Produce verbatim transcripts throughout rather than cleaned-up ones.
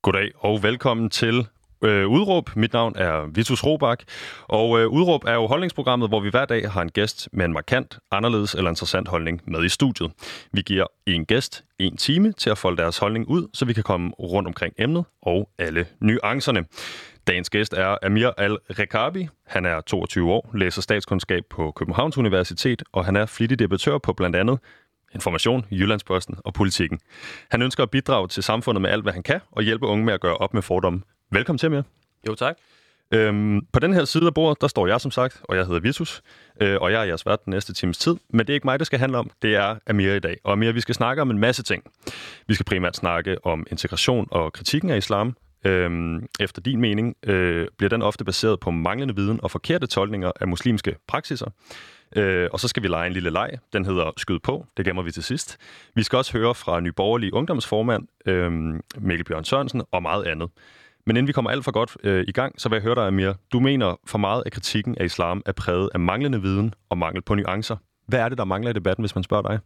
Goddag og velkommen til øh, Udråb. Mit navn er Vitus Robak, og øh, Udråb er jo holdningsprogrammet, hvor vi hver dag har en gæst med en markant, anderledes eller interessant holdning med i studiet. Vi giver en gæst en time til at folde deres holdning ud, så vi kan komme rundt omkring emnet og alle nuancerne. Dagens gæst er Amir Al-Rekabi. Han er toogtyve år, læser statskundskab på Københavns Universitet, og han er flittig debattør på blandt andet Information, Jyllandsposten og Politikken. Han ønsker at bidrage til samfundet med alt, hvad han kan, og hjælpe unge med at gøre op med fordomme. Velkommen til, Amir. Jo, tak. Øhm, på den her side af bordet, der står jeg som sagt, og jeg hedder Vitus, øh, og jeg er jeres vært den næste times tid. Men det er ikke mig, det skal handle om. Det er Amir i dag. Og Amir, vi skal snakke om en masse ting. Vi skal primært snakke om integration og kritikken af islam. Øhm, efter din mening øh, bliver den ofte baseret på manglende viden og forkerte tolkninger af muslimske praksiser. Øh, og så skal vi lege en lille leg. Den hedder Skyd på. Det gemmer vi til sidst. Vi skal også høre fra Nye Borgerlige ungdomsformand øh, Mikkel Bjørn Sørensen og meget andet. Men inden vi kommer alt for godt øh, i gang, så vil jeg høre dig, Amir. Du mener, for meget af kritikken af islam er præget af manglende viden og mangel på nuancer. Hvad er det, der mangler i debatten, hvis man spørger dig?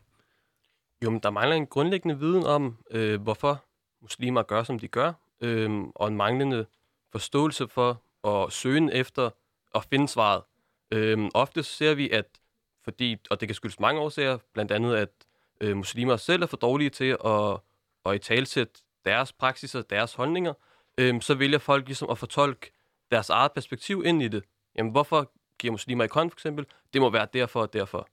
Jo, men der mangler en grundlæggende viden om, øh, hvorfor muslimer gør, som de gør, øh, og en manglende forståelse for at søge efter og finde svaret. Øh, ofte ser vi, at fordi, og det kan skyldes mange årsager, blandt andet, at øh, muslimer selv er for dårlige til at, at italesætte deres praksiser, deres holdninger, øh, så vælger folk ligesom at fortolke deres eget perspektiv ind i det. Jamen, hvorfor giver muslimer i kon, for eksempel? Det må være derfor og derfor.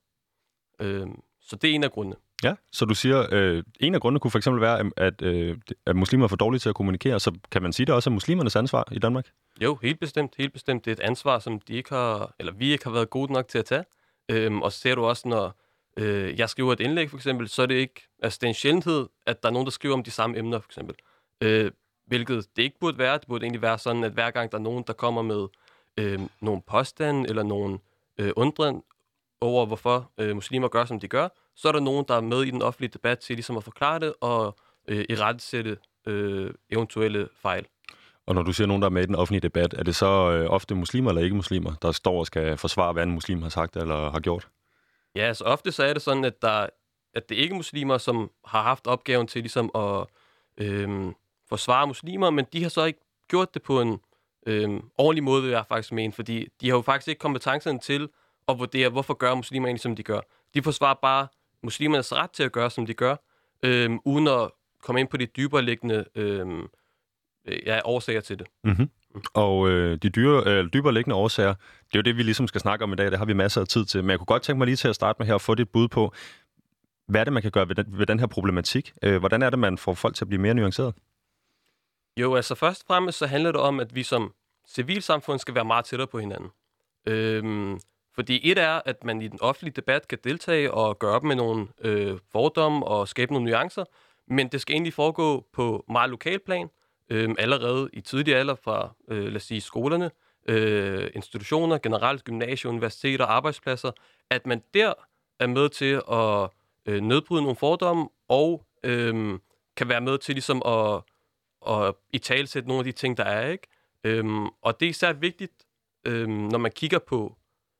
Øh, så det er en af grundene. Ja, så du siger, øh, en af grundene kunne for eksempel være, at, øh, at muslimer er for dårlige til at kommunikere, så kan man sige, det også er muslimernes ansvar i Danmark? Jo, helt bestemt, helt bestemt. Det er et ansvar, som de ikke har, eller vi ikke har været gode nok til at tage. Øhm, og så ser du også, når øh, jeg skriver et indlæg, for eksempel, så er det ikke, altså det er en sjældenhed, at der er nogen, der skriver om de samme emner, for eksempel. Øh, hvilket det ikke burde være. Det burde egentlig være sådan, at hver gang der er nogen, der kommer med øh, nogle påstande, eller nogle øh, undren over, hvorfor øh, muslimer gør, som de gør, så er der nogen, der er med i den offentlige debat til ligesom at forklare det, og øh, irettesætte øh, eventuelle fejl. Og når du siger nogen, der er med i den offentlige debat, er det så øh, ofte muslimer eller ikke muslimer, der står og skal forsvare, hvad en muslim har sagt eller har gjort? Ja, så altså ofte så er det sådan, at, der, at det ikke er muslimer, som har haft opgaven til ligesom at øh, forsvare muslimer, men de har så ikke gjort det på en øh, ordentlig måde, vil jeg faktisk mene, fordi de har jo faktisk ikke kompetencerne til at vurdere, hvorfor gør muslimer egentlig, som de gør. De forsvarer bare muslimernes ret til at gøre, som de gør, øh, uden at komme ind på de dybere liggende øh, ja, årsager til det. Mm-hmm. Og øh, de dyre, øh, dybere liggende årsager, det er jo det, vi ligesom skal snakke om i dag. Det har vi masser af tid til. Men jeg kunne godt tænke mig lige til at starte med her og få dit bud på, hvad er det, man kan gøre ved den, ved den her problematik? Øh, hvordan er det, man får folk til at blive mere nuanceret? Jo, altså først og fremmest så handler det om, at vi som civilsamfund skal være meget tættere på hinanden. Øhm, fordi et er, at man i den offentlige debat kan deltage og gøre op med nogle øh, fordomme og skabe nogle nuancer, men det skal egentlig foregå på meget lokalplan, øh, allerede i tidlig alder fra, øh, lad os sige, skolerne, øh, institutioner, generelt gymnasier, universiteter, arbejdspladser, at man der er med til at øh, nedbryde nogle fordomme og øh, kan være med til ligesom at, at italesætte nogle af de ting, der er, ikke? Øh, og det er især vigtigt, øh, når man kigger på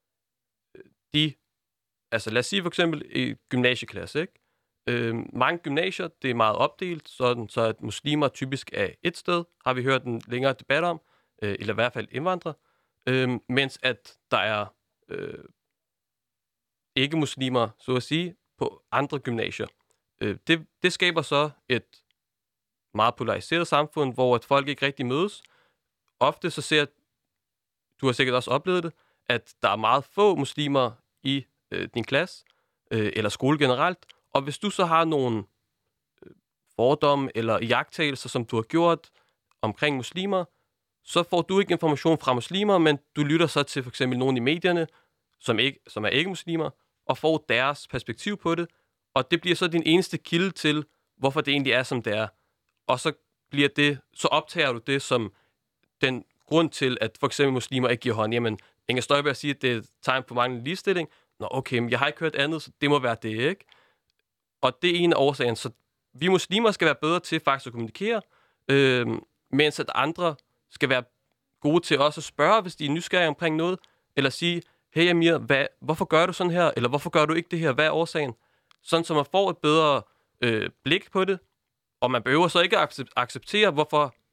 de, altså lad os sige for eksempel i gymnasieklasse, ikke? Øh, mange gymnasier, det er meget opdelt, sådan så at muslimer typisk er et sted, har vi hørt en længere debat om, øh, eller i hvert fald indvandrere, øh, mens at der er øh, ikke-muslimer, så at sige, på andre gymnasier. Øh, det, det skaber så et meget polariseret samfund, hvor at folk ikke rigtig mødes. Ofte så ser, du har sikkert også oplevet det, at der er meget få muslimer i øh, din klasse, øh, eller skole generelt, og hvis du så har nogle øh, fordomme eller iagttagelser, som du har gjort omkring muslimer, så får du ikke information fra muslimer, men du lytter så til for eksempel nogen i medierne, som, ikke, som er ikke-muslimer, og får deres perspektiv på det, og det bliver så din eneste kilde til, hvorfor det egentlig er, som det er. Og så bliver det, så optager du det som den grund til, at for eksempel muslimer ikke giver hånd. Jamen, Inger Støjberg siger, at det er et tegn på manglende ligestilling. Nå, okay, men jeg har ikke hørt andet, så det må være det, ikke? Og det er en af årsagen. Så vi muslimer skal være bedre til faktisk at kommunikere, øh, mens at andre skal være gode til også at spørge, hvis de er nysgerrige omkring noget, eller sige, hey Amir, hvad, hvorfor gør du sådan her, eller hvorfor gør du ikke det her, hvad er årsagen? Sådan, så man får et bedre øh, blik på det, og man behøver så ikke at acceptere, hvorfor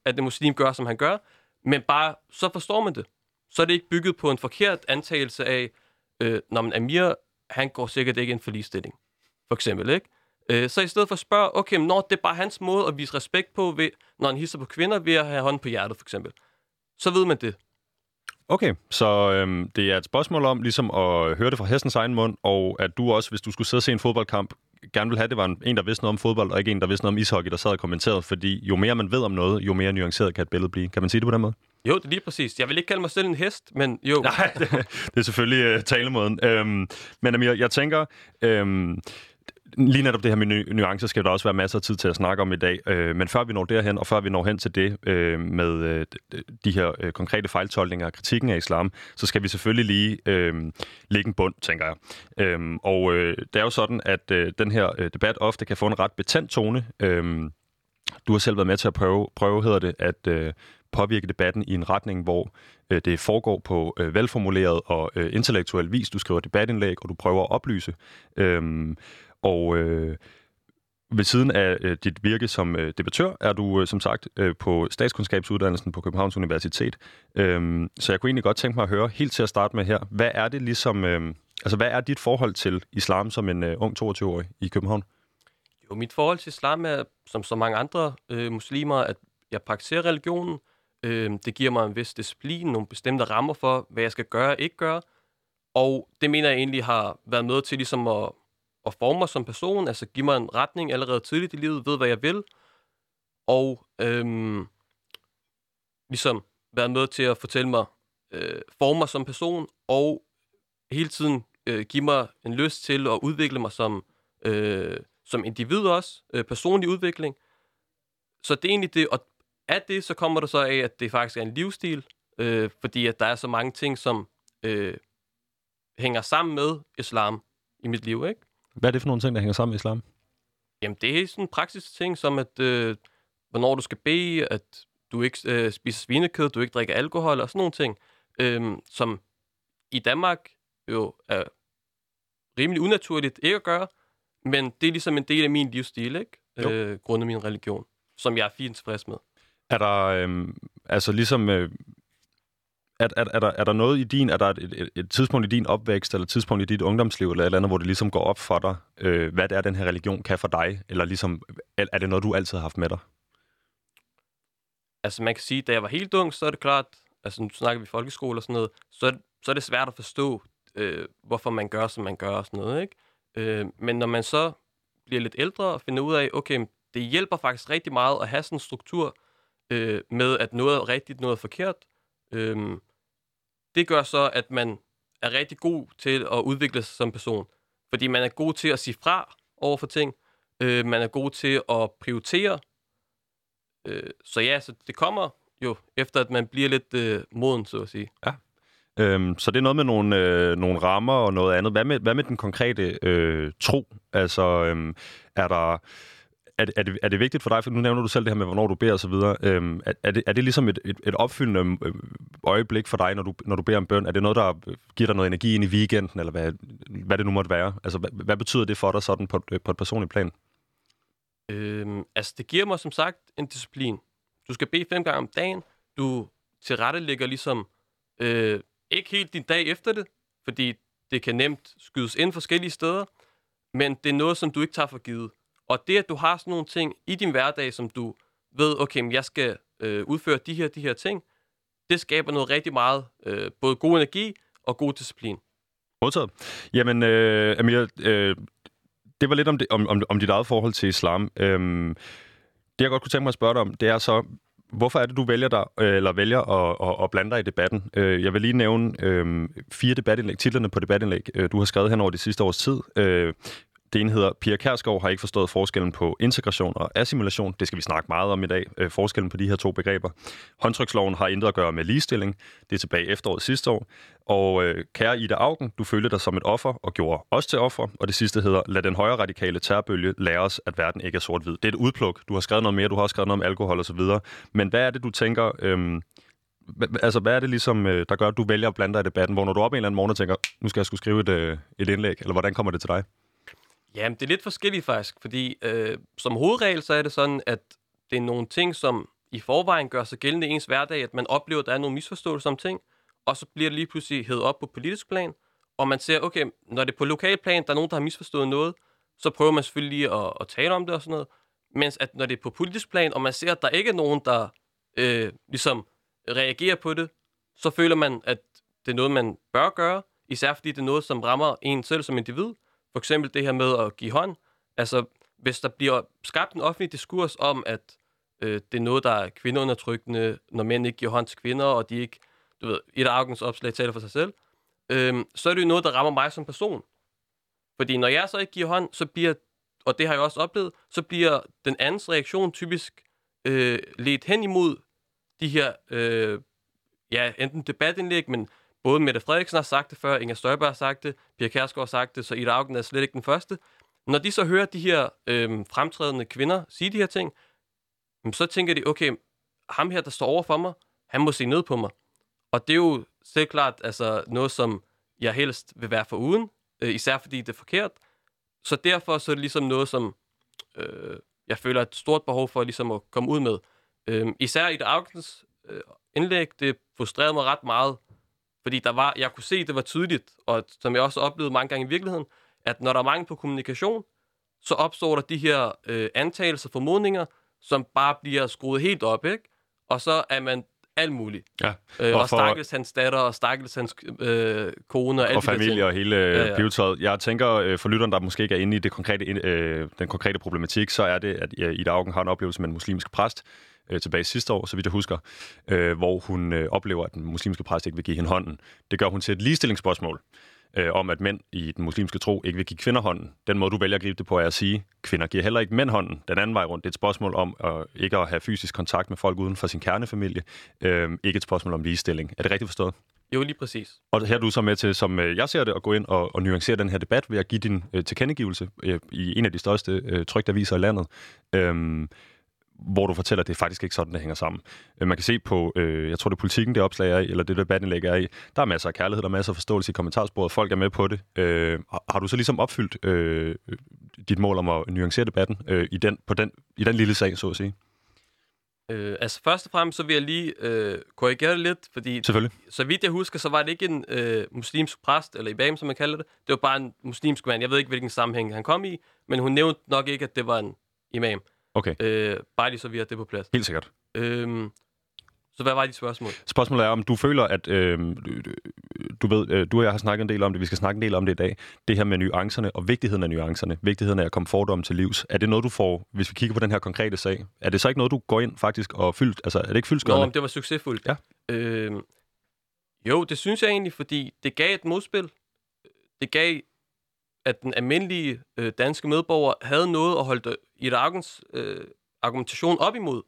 at en muslim gør, som han gør, men bare, så forstår man det. Så er det ikke bygget på en forkert antagelse af, øh, når man Amir, han går sikkert ikke ind for ligestilling, for eksempel, ikke? Øh, så i stedet for at spørge, okay, når det er bare hans måde at vise respekt på, ved, når han hisser på kvinder, ved at have hånden på hjertet, for eksempel, så ved man det. Okay, så øhm, det er et spørgsmål om ligesom at høre det fra hestens egen mund, og at du også, hvis du skulle sidde og se en fodboldkamp, gerne vil have, det var en, der vidste noget om fodbold, og ikke en, der vidste noget om ishockey, der sad og kommenterede, fordi jo mere man ved om noget, jo mere nuanceret kan et billede blive. Kan man sige det på den måde? Jo, det er lige præcis. Jeg vil ikke kalde mig selv en hest, men jo. Nej, det, det er selvfølgelig uh, talemåden. Øhm, men Amir, jeg tænker... Øhm, Lige netop det her med nu- nuancer skal der også være masser af tid til at snakke om i dag. Øh, men før vi når derhen, og før vi når hen til det øh, med øh, de her øh, konkrete fejltolkninger og kritikken af islam, så skal vi selvfølgelig lige øh, lægge en bund, tænker jeg. Øh, og øh, det er jo sådan, at øh, den her øh, debat ofte kan få en ret betændt tone. Øh, du har selv været med til at prøve, prøve hedder det, at øh, påvirke debatten i en retning, hvor øh, det foregår på øh, velformuleret og øh, intellektuel vis. Du skriver debatindlæg, og du prøver at oplyse. Øh, Og øh, ved siden af øh, dit virke som øh, debattør, er du øh, som sagt øh, på statskundskabsuddannelsen på Københavns Universitet. Øhm, så jeg kunne egentlig godt tænke mig at høre, helt til at starte med her, hvad er det ligesom, øh, altså hvad er dit forhold til islam som en øh, ung toogtyve-årig i København? Jo, mit forhold til islam er, som så mange andre øh, muslimer, at jeg praktiserer religionen. Øh, det giver mig en vis disciplin, nogle bestemte rammer for, hvad jeg skal gøre og ikke gøre. Og det mener jeg egentlig har været med til ligesom at og forme mig som person, altså give mig en retning allerede tidligt i livet, ved hvad jeg vil, og øhm, ligesom været med til at fortælle mig, øh, forme mig som person, og hele tiden øh, give mig en lyst til at udvikle mig som, øh, som individ også, øh, personlig udvikling. Så det er egentlig det, og af det, så kommer det så af, at det faktisk er en livsstil, øh, fordi at der er så mange ting, som øh, hænger sammen med islam i mit liv, ikke? Hvad er det for nogle ting, der hænger sammen med islam? Jamen, det er sådan en praktisk ting, som at, øh, hvornår du skal bede, at du ikke øh, spiser svinekød, du ikke drikker alkohol og sådan nogle ting, øh, som i Danmark jo er rimelig unaturligt ikke at gøre, men det er ligesom en del af min livsstil, ikke? Øh, grundet min religion, som jeg er fint tilfreds med. Er der, øh, altså ligesom... Øh Er, er, er, der, er der noget i din, er der et, et, et tidspunkt i din opvækst, eller et tidspunkt i dit ungdomsliv, eller et eller andet, hvor det ligesom går op for dig, øh, hvad det er, den her religion kan for dig? Eller ligesom, er det noget, du altid har haft med dig? Altså man kan sige, da jeg var helt ung, så er det klart, altså nu snakker vi folkeskole og sådan noget, så, så er det svært at forstå, øh, hvorfor man gør, som man gør og sådan noget, ikke? Øh, men når man så bliver lidt ældre og finder ud af, okay, det hjælper faktisk rigtig meget at have sådan en struktur øh, med, at noget er rigtigt, noget er forkert. Øh, det gør så, at man er rigtig god til at udvikle sig som person. Fordi man er god til at sige fra over for ting. Øh, man er god til at prioritere. Øh, så ja, så det kommer jo efter, at man bliver lidt øh, moden, så at sige. Ja. Øhm, så det er noget med nogle, øh, nogle rammer og noget andet. Hvad med, hvad med den konkrete øh, tro? Altså, øhm, er der... Er det, er, det, er det vigtigt for dig, for nu nævner du selv det her med, hvornår du beder og så videre. Øhm, er, er, det, er det ligesom et, et, et opfyldende øjeblik for dig, når du, når du beder om bøn? Er det noget, der giver dig noget energi ind i weekenden, eller hvad, hvad det nu måtte være? Altså, hvad, hvad betyder det for dig sådan på, på et personligt plan? Øhm, altså, det giver mig som sagt en disciplin. Du skal bede fem gange om dagen. Du tilrettelægger ligesom øh, ikke helt din dag efter det, fordi det kan nemt skydes ind forskellige steder, men det er noget, som du ikke tager for givet. Og det, at du har sådan nogle ting i din hverdag, som du ved, okay, men jeg skal øh, udføre de her, de her ting, det skaber noget rigtig meget, øh, både god energi og god disciplin. Modtaget. Jamen, øh, Amir, øh, det var lidt om, det, om, om, om dit eget forhold til islam. Øhm, det, jeg godt kunne tænke mig at spørge dig om, det er så, hvorfor er det, du vælger, dig, eller vælger at, at, at blande dig i debatten? Øh, jeg vil lige nævne øh, fire debatindlæg, titlerne på debatindlæg, øh, du har skrevet hen over de sidste års tid. Øh, Det ene hedder, Pia Kjærsgaard har ikke forstået forskellen på integration og assimilation. Det skal vi snakke meget om i dag, øh, forskellen på de her to begreber. Håndtryksloven har intet at gøre med ligestilling. Det er tilbage efteråret sidste år. Og øh, kære Ida Auken, du følte dig som et offer og gjorde os til offer. Og det sidste hedder, lad den højre radikale terrorbølge lære os, at verden ikke er sort-hvid. Det er et udpluk. Du har skrevet noget mere, du har også skrevet noget om alkohol og så videre. Men hvad er det, du tænker... Øh, Altså, hvad er det ligesom, der gør, at du vælger at blande dig i debatten? Hvor når du op en eller anden morgen og tænker, nu skal jeg skulle skrive et, et indlæg, eller hvordan kommer det til dig? Jamen, det er lidt forskelligt faktisk, fordi øh, som hovedregel, så er det sådan, at det er nogle ting, som i forvejen gør sig gældende i ens hverdag, at man oplever, at der er nogle misforståelser om ting, og så bliver det lige pludselig hævet op på politisk plan, og man ser, okay, når det er på lokal plan, der er nogen, der har misforstået noget, så prøver man selvfølgelig lige at, at tale om det og sådan noget, mens at når det er på politisk plan, og man ser, at der ikke er nogen, der øh, ligesom reagerer på det, så føler man, at det er noget, man bør gøre, især fordi det er noget, som rammer en selv som individ. For eksempel det her med at give hånd. Altså, hvis der bliver skabt en offentlig diskurs om, at øh, det er noget, der er kvindeundertrykkende, når mænd ikke giver hånd til kvinder, og de ikke, du ved, et af Augens opslag taler for sig selv, øh, så er det jo noget, der rammer mig som person. Fordi når jeg så ikke giver hånd, så bliver, og det har jeg også oplevet, så bliver den andens reaktion typisk øh, ledt hen imod de her, øh, ja, enten debatindlæg, men både Mette Frederiksen har sagt det før, Inger Støjberg har sagt det, Pia Kjærsgaard har sagt det, så Ida Auken er slet ikke den første. Når de så hører de her øh, fremtrædende kvinder sige de her ting, så tænker de, okay, ham her, der står over for mig, han må se ned på mig. Og det er jo selvklart altså, noget, som jeg helst vil være foruden, øh, især fordi det er forkert. Så derfor så er det ligesom noget, som øh, jeg føler et stort behov for ligesom at komme ud med. Øh, især Ida Aukens øh, indlæg, det frustrerede mig ret meget, fordi der var, jeg kunne se, det var tydeligt, og som jeg også oplevede mange gange i virkeligheden, at når der er mangel på kommunikation, så opstår der de her øh, antagelser, formodninger, som bare bliver skruet helt op, ikke? Og så er man alt muligt. Ja. Øh, og og for... stakkels hans datter, og stakkels hans øh, kone, og, og familie og hele ja, ja. pivetøjet. Jeg tænker, øh, for lytteren, der måske ikke er inde i det konkrete, øh, den konkrete problematik, så er det, at øh, Ida Auken har en oplevelse med en muslimsk præst, øh, tilbage sidste år, så vidt jeg husker, øh, hvor hun øh, oplever, at den muslimske præst ikke vil give hende hånden. Det gør hun til et ligestillingsspørgsmål. Øh, om at mænd i den muslimske tro ikke vil give kvinder hånden. Den måde, du vælger at gribe det på, er at sige, kvinder giver heller ikke mænd hånden. Den anden vej rundt, det er et spørgsmål om at ikke at have fysisk kontakt med folk uden for sin kernefamilie. Øh, ikke et spørgsmål om ligestilling. Er det rigtigt forstået? Jo, lige præcis. Og her er du så med til, som jeg ser det, at gå ind og, og nuancere den her debat ved at give din øh, tilkendegivelse øh, i en af de største øh, tryktaviser i landet. Øh, hvor du fortæller, at det er faktisk ikke sådan, det hænger sammen. Man kan se på, øh, jeg tror det er Politikken, det opslag er i, eller det debatindlæg er i, der er masser af kærlighed, der er masser af forståelse i kommentarsporet, folk er med på det. Øh, har du så ligesom opfyldt øh, dit mål om at nuancere debatten øh, i, den, på den, i den lille sag, så at sige? Øh, altså først og fremmest, så vil jeg lige øh, korrigere det lidt, fordi så vidt jeg husker, så var det ikke en øh, muslimsk præst, eller imam, som man kalder det. Det var bare en muslimsk mand. Jeg ved ikke, hvilken sammenhæng han kom i, men hun nævnte nok ikke, at det var en imam. Okay. Øh, bare lige så vi har det på plads. Helt sikkert. Øhm, så hvad var dit spørgsmål? Spørgsmålet er, om du føler, at øh, du ved, øh, du og jeg har snakket en del om det, vi skal snakke en del om det i dag, det her med nuancerne og vigtigheden af nuancerne, vigtigheden af at komme fordomme til livs. Er det noget, du får, hvis vi kigger på den her konkrete sag, er det så ikke noget, du går ind faktisk og fyldt, altså er det ikke fyldestgørende? Nå, om det var succesfuldt. Ja. Øhm, jo, det synes jeg egentlig, fordi det gav et modspil. Det gav, at den almindelige øh, danske medborger havde noget at holde Ida Aukens øh, argumentation op imod,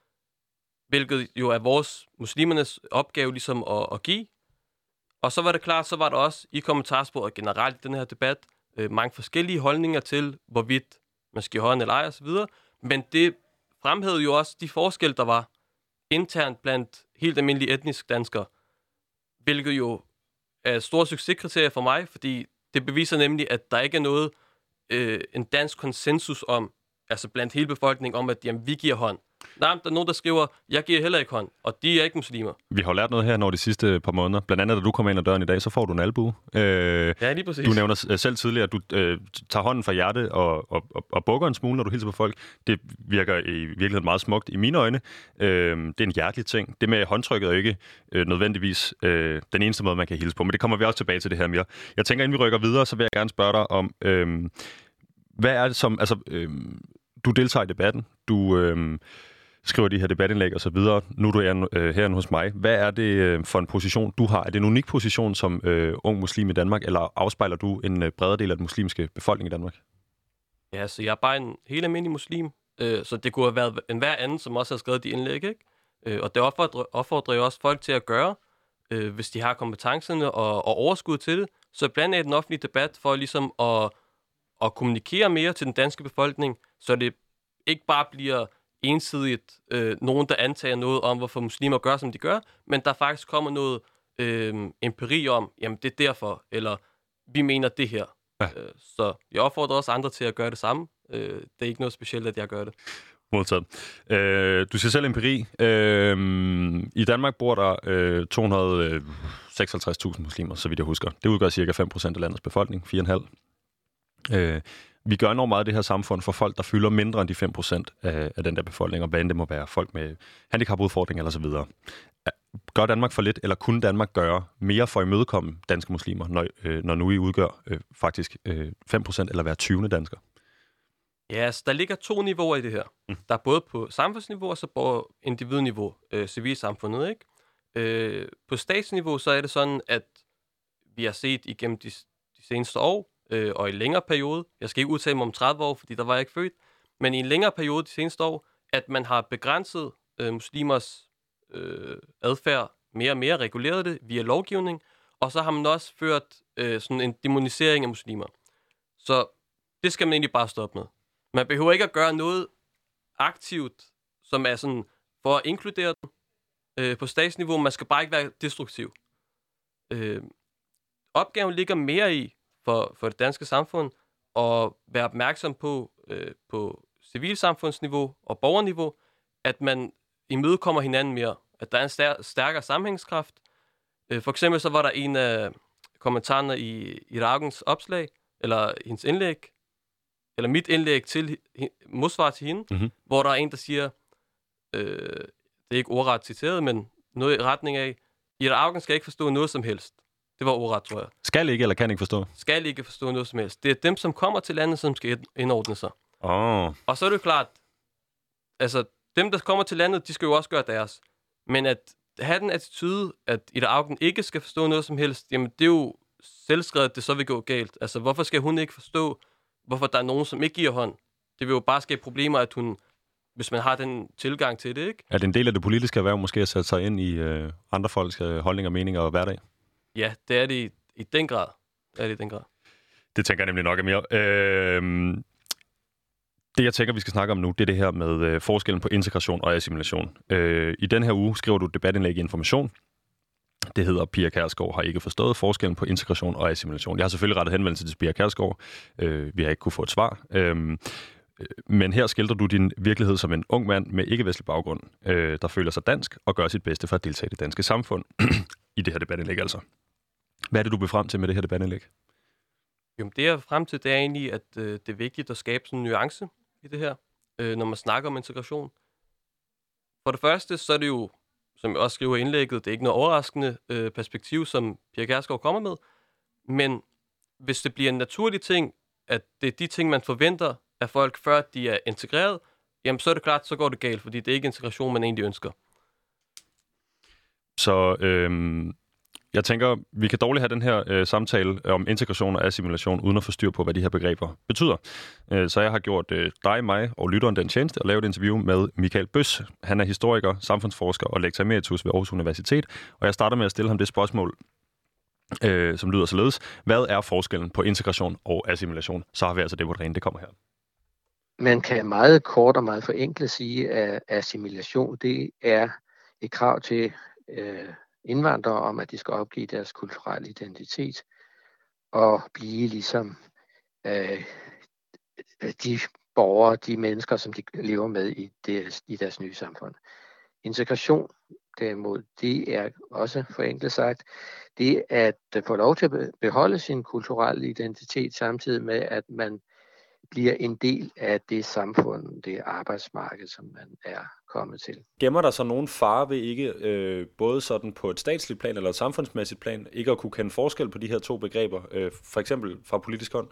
hvilket jo er vores muslimernes opgave ligesom at, at give. Og så var det klart, så var der også i kommentarsporet og generelt i den her debat øh, mange forskellige holdninger til, hvorvidt man skal hånd eller ej osv. Men det fremhævede jo også de forskelle, der var internt blandt helt almindelige etniske danskere, hvilket jo er et stort succeskriterie for mig, fordi det beviser nemlig, at der ikke er noget, øh, en dansk konsensus om, altså blandt hele befolkningen, om at jamen, vi giver hånd. Nej, der er nogen, der skriver, jeg giver heller ikke hånd, og de er ikke muslimer. Vi har lært noget her over de sidste par måneder. Blandt andet, da du kommer ind ad døren i dag, så får du en albue. Øh, ja, lige præcis. Du nævner selv tidligere, at du øh, tager hånden fra hjertet og, og, og, og bukker en smule, når du hilser på folk. Det virker i virkeligheden meget smukt i mine øjne. Øh, det er en hjertelig ting. Det med håndtrykket er ikke øh, nødvendigvis øh, den eneste måde, man kan hilse på, men det kommer vi også tilbage til det her mere. Jeg tænker, inden vi rykker videre, så vil jeg gerne spørge dig om, øh, hvad er det som, altså, øh, du deltager i debatten, du... Øh, skriver de her debatindlæg og så videre. Nu er du er øh, herinde hos mig. Hvad er det øh, for en position, du har? Er det en unik position som øh, ung muslim i Danmark, eller afspejler du en øh, bredere del af den muslimske befolkning i Danmark? Ja, så jeg er bare en helt almindelig muslim, øh, så det kunne have været en hver anden, som også har skrevet de indlæg, ikke? Øh, og det opfordrer, opfordrer jo også folk til at gøre, øh, hvis de har kompetencerne og, og overskud til det. Så blandt andet den offentlige debat for ligesom at, at kommunikere mere til den danske befolkning, så det ikke bare bliver ensidigt øh, nogen, der antager noget om, hvorfor muslimer gør, som de gør, men der faktisk kommer noget øh, empiri om, jamen det er derfor, eller vi mener det her. Ja. Øh, så jeg opfordrer også andre til at gøre det samme. Øh, det er ikke noget specielt, at jeg gør det. Modtaget. Øh, du siger selv empiri. Øh, I Danmark bor der øh, to hundrede og seksoghalvtreds tusind muslimer, så vidt jeg husker. Det udgør cirka fem procent af landets befolkning, fire komma fem. Øh, vi gør enormt meget i det her samfund for folk, der fylder mindre end de fem procent af, af den der befolkning, og hvad end det må være, folk med handicapudfordringer eller så videre. Gør Danmark for lidt, eller kunne Danmark gøre mere for at imødekomme danske muslimer, når, øh, når nu I udgør øh, faktisk øh, fem procent eller hver tyvende dansker? Ja, altså, der ligger to niveauer i det her. Mm. Der er både på samfundsniveau og så på individniveau, øh, civilsamfundet, ikke? Øh, på statsniveau, så er det sådan, at vi har set igennem de, de seneste år, øh, og i en længere periode, jeg skal ikke udtale mig om tredive år, fordi der var jeg ikke født, men i en længere periode de seneste år, at man har begrænset øh, muslimers øh, adfærd mere og mere, reguleret det via lovgivning, og så har man også ført øh, sådan en demonisering af muslimer. Så det skal man egentlig bare stoppe med. Man behøver ikke at gøre noget aktivt, som er sådan for at inkludere dem øh, på statsniveau. Man skal bare ikke være destruktiv. Øh, opgaven ligger mere i for, for det danske samfund at være opmærksom på øh, på civilsamfundsniveau og borgerniveau, at man imødekommer hinanden mere. At der er en stær- stærkere sammenhængskraft. Øh, for eksempel så var der en af kommentarerne i Irakens opslag, eller hendes indlæg, eller mit indlæg til modsvar til hende, mm-hmm. hvor der er en, der siger, øh, det er ikke ordret citeret, men noget i retning af, Iraken skal ikke forstå noget som helst. Det var ordret, tror jeg. Skal ikke, eller kan ikke forstå? Skal ikke forstå noget som helst. Det er dem, som kommer til landet, som skal indordne sig. Oh. Og så er det jo klart, altså dem, der kommer til landet, de skal jo også gøre deres. Men at have den attitude, at Iraken ikke skal forstå noget som helst, jamen det er jo selvskrevet, at det så vil gå galt. Altså hvorfor skal hun ikke forstå, hvorfor der er nogen, som ikke giver hånd? Det vil jo bare skabe problemer, at hun, hvis man har den tilgang til det, ikke? Er det en del af det politiske erhverv måske at sætte sig ind i øh, andre folks øh, holdninger, meninger og hverdag? Ja, det er det i, i den grad. Det er det i den grad. Det tænker jeg nemlig nok mere. Øh, det, jeg tænker, vi skal snakke om nu, det er det her med øh, forskellen på integration og assimilation. Øh, I den her uge skriver du et debatindlæg i Information. Det hedder, Pia Kjærsgaard har ikke forstået forskellen på integration og assimilation. Jeg har selvfølgelig rettet henvendelse til Pia Kjærsgaard. Øh, vi har ikke kunne få et svar. Øh, men her skildrer du din virkelighed som en ung mand med ikke-vestlig baggrund, øh, der føler sig dansk og gør sit bedste for at deltage i det danske samfund. I det her debatindlæg altså. Hvad er det, du vil frem til med det her debatindlæg? Jo, det jeg er frem til, det er egentlig, at øh, det er vigtigt at skabe sådan en nuance i det her, øh, når man snakker om integration. For det første, så er det jo, som jeg også skriver i indlægget, det er ikke noget overraskende øh, perspektiv, som Pia Kjærsgaard kommer med, men hvis det bliver en naturlig ting, at det er de ting, man forventer af folk, før de er integreret, jamen så er det klart, så går det galt, fordi det er ikke integration, man egentlig ønsker. Så øhm, jeg tænker, vi kan dårligt have den her øh, samtale om integration og assimilation, uden at få styr på, hvad de her begreber betyder. Øh, så jeg har gjort øh, dig, mig og lytteren den tjeneste og lavet et interview med Michael Bøs. Han er historiker, samfundsforsker og lektor emeritus ved Aarhus Universitet, og jeg starter med at stille ham det spørgsmål, øh, som lyder således. Hvad er forskellen på integration og assimilation? Så har vi altså det på det rene, det kommer her. Man kan meget kort og meget forenklet sige, at assimilation, det er et krav til øh, indvandrere om, at de skal opgive deres kulturelle identitet og blive ligesom øh, de borgere, de mennesker, som de lever med i deres, i deres nye samfund. Integration, derimod, det er også forenklet sagt, det er at få lov til at beholde sin kulturelle identitet, samtidig med, at man bliver en del af det samfund, det arbejdsmarked, som man er kommet til. Gemmer der så nogen fare ved ikke, øh, både sådan på et statsligt plan eller et samfundsmæssigt plan, ikke at kunne kende forskel på de her to begreber, øh, for eksempel fra politisk hånd?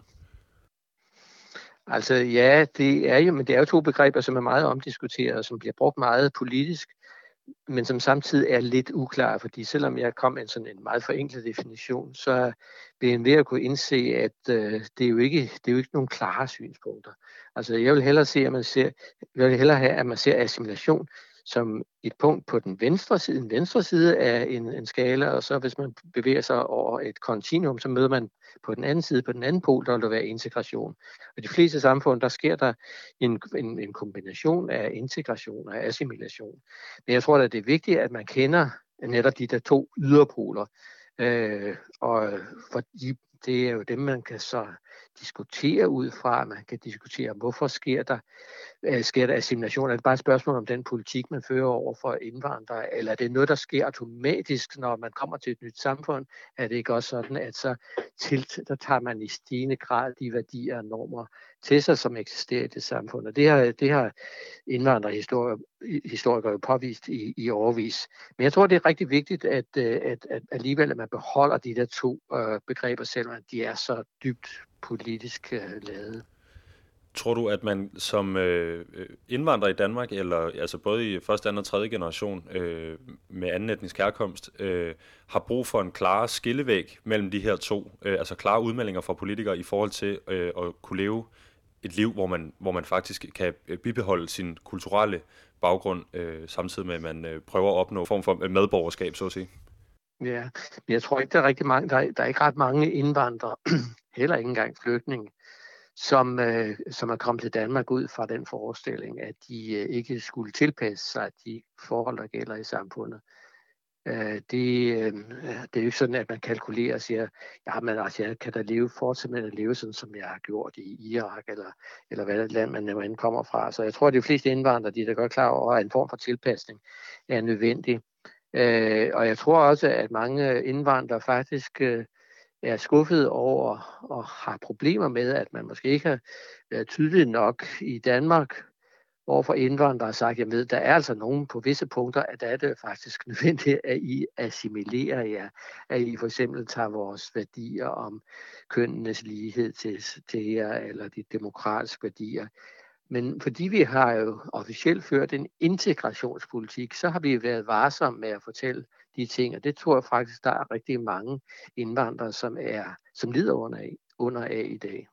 Altså ja, det er jo, men det er jo to begreber, som er meget omdiskuteret, og som bliver brugt meget politisk, men som samtidig er lidt uklare, fordi selvom jeg kom med en sådan en meget forenklet definition, så vil en ved at kunne indse, at øh, det, er jo ikke, det er jo ikke nogen klare synspunkter. Altså jeg vil hellere se, at man ser, jeg vil hellere have, at man ser assimilation som et punkt på den venstre side, en venstre side af en, en skala, og så hvis man bevæger sig over et kontinuum, så møder man på den anden side, på den anden pol, der vil der være integration. Og i de fleste samfund, der sker der en, en, en kombination af integration og assimilation. Men jeg tror, at det er vigtigt, at man kender netop de der to yderpoler, øh, og for de det er jo dem, man kan så diskutere ud fra. Man kan diskutere, hvorfor sker der, øh, sker der assimilation. Er det bare et spørgsmål om den politik, man fører over for indvandrere, eller er det noget, der sker automatisk, når man kommer til et nyt samfund? Er det ikke også sådan, at så til, der tager man i stigende grad de værdier og normer til sig, som eksisterer i det samfund? Og det har, det har indvandrerhistorikere jo påvist i, i årevis. Men jeg tror, det er rigtig vigtigt, at, at, at alligevel at man beholder de der to øh, begreber, selvom de er så dybt politisk øh, lavet. Tror du, at man som øh, indvandrer i Danmark, eller altså både i første, anden og tredje generation øh, med anden etnisk herkomst, øh, har brug for en klar skillevæg mellem de her to, øh, altså klare udmeldinger fra politikere i forhold til øh, at kunne leve et liv, hvor man, hvor man faktisk kan bibeholde sin kulturelle baggrund, øh, samtidig med, at man øh, prøver at opnå en form for medborgerskab, så at sige? Ja, men jeg tror ikke, der er rigtig mange, der er, der er ikke ret mange indvandrere, heller ikke engang flygtninge, som, øh, som er kommet til Danmark ud fra den forestilling, at de øh, ikke skulle tilpasse sig de forhold, der gælder i samfundet. Øh, det, øh, det er jo ikke sådan, at man kalkulerer og siger, ja, men altså, jeg kan da leve, fortsætte med at leve sådan, som jeg har gjort i Irak, eller, eller hvad land man nu end kommer fra. Så jeg tror, at de fleste indvandrere, de er da godt klar over, at en form for tilpasning er nødvendig. Øh, og jeg tror også, at mange indvandrere faktisk øh, er skuffet over og har problemer med, at man måske ikke har været tydelig nok i Danmark overfor indvandrere har sagt, at der er altså nogen på visse punkter, at der er det faktisk nødvendigt, at I assimilerer jer, at I for eksempel tager vores værdier om kønnenes lighed til, til jer, eller de demokratiske værdier. Men fordi vi har jo officielt ført en integrationspolitik, så har vi været varsomme med at fortælle de ting, og det tror jeg faktisk, der er rigtig mange indvandrere, som, er, som lider under af, under af i dag.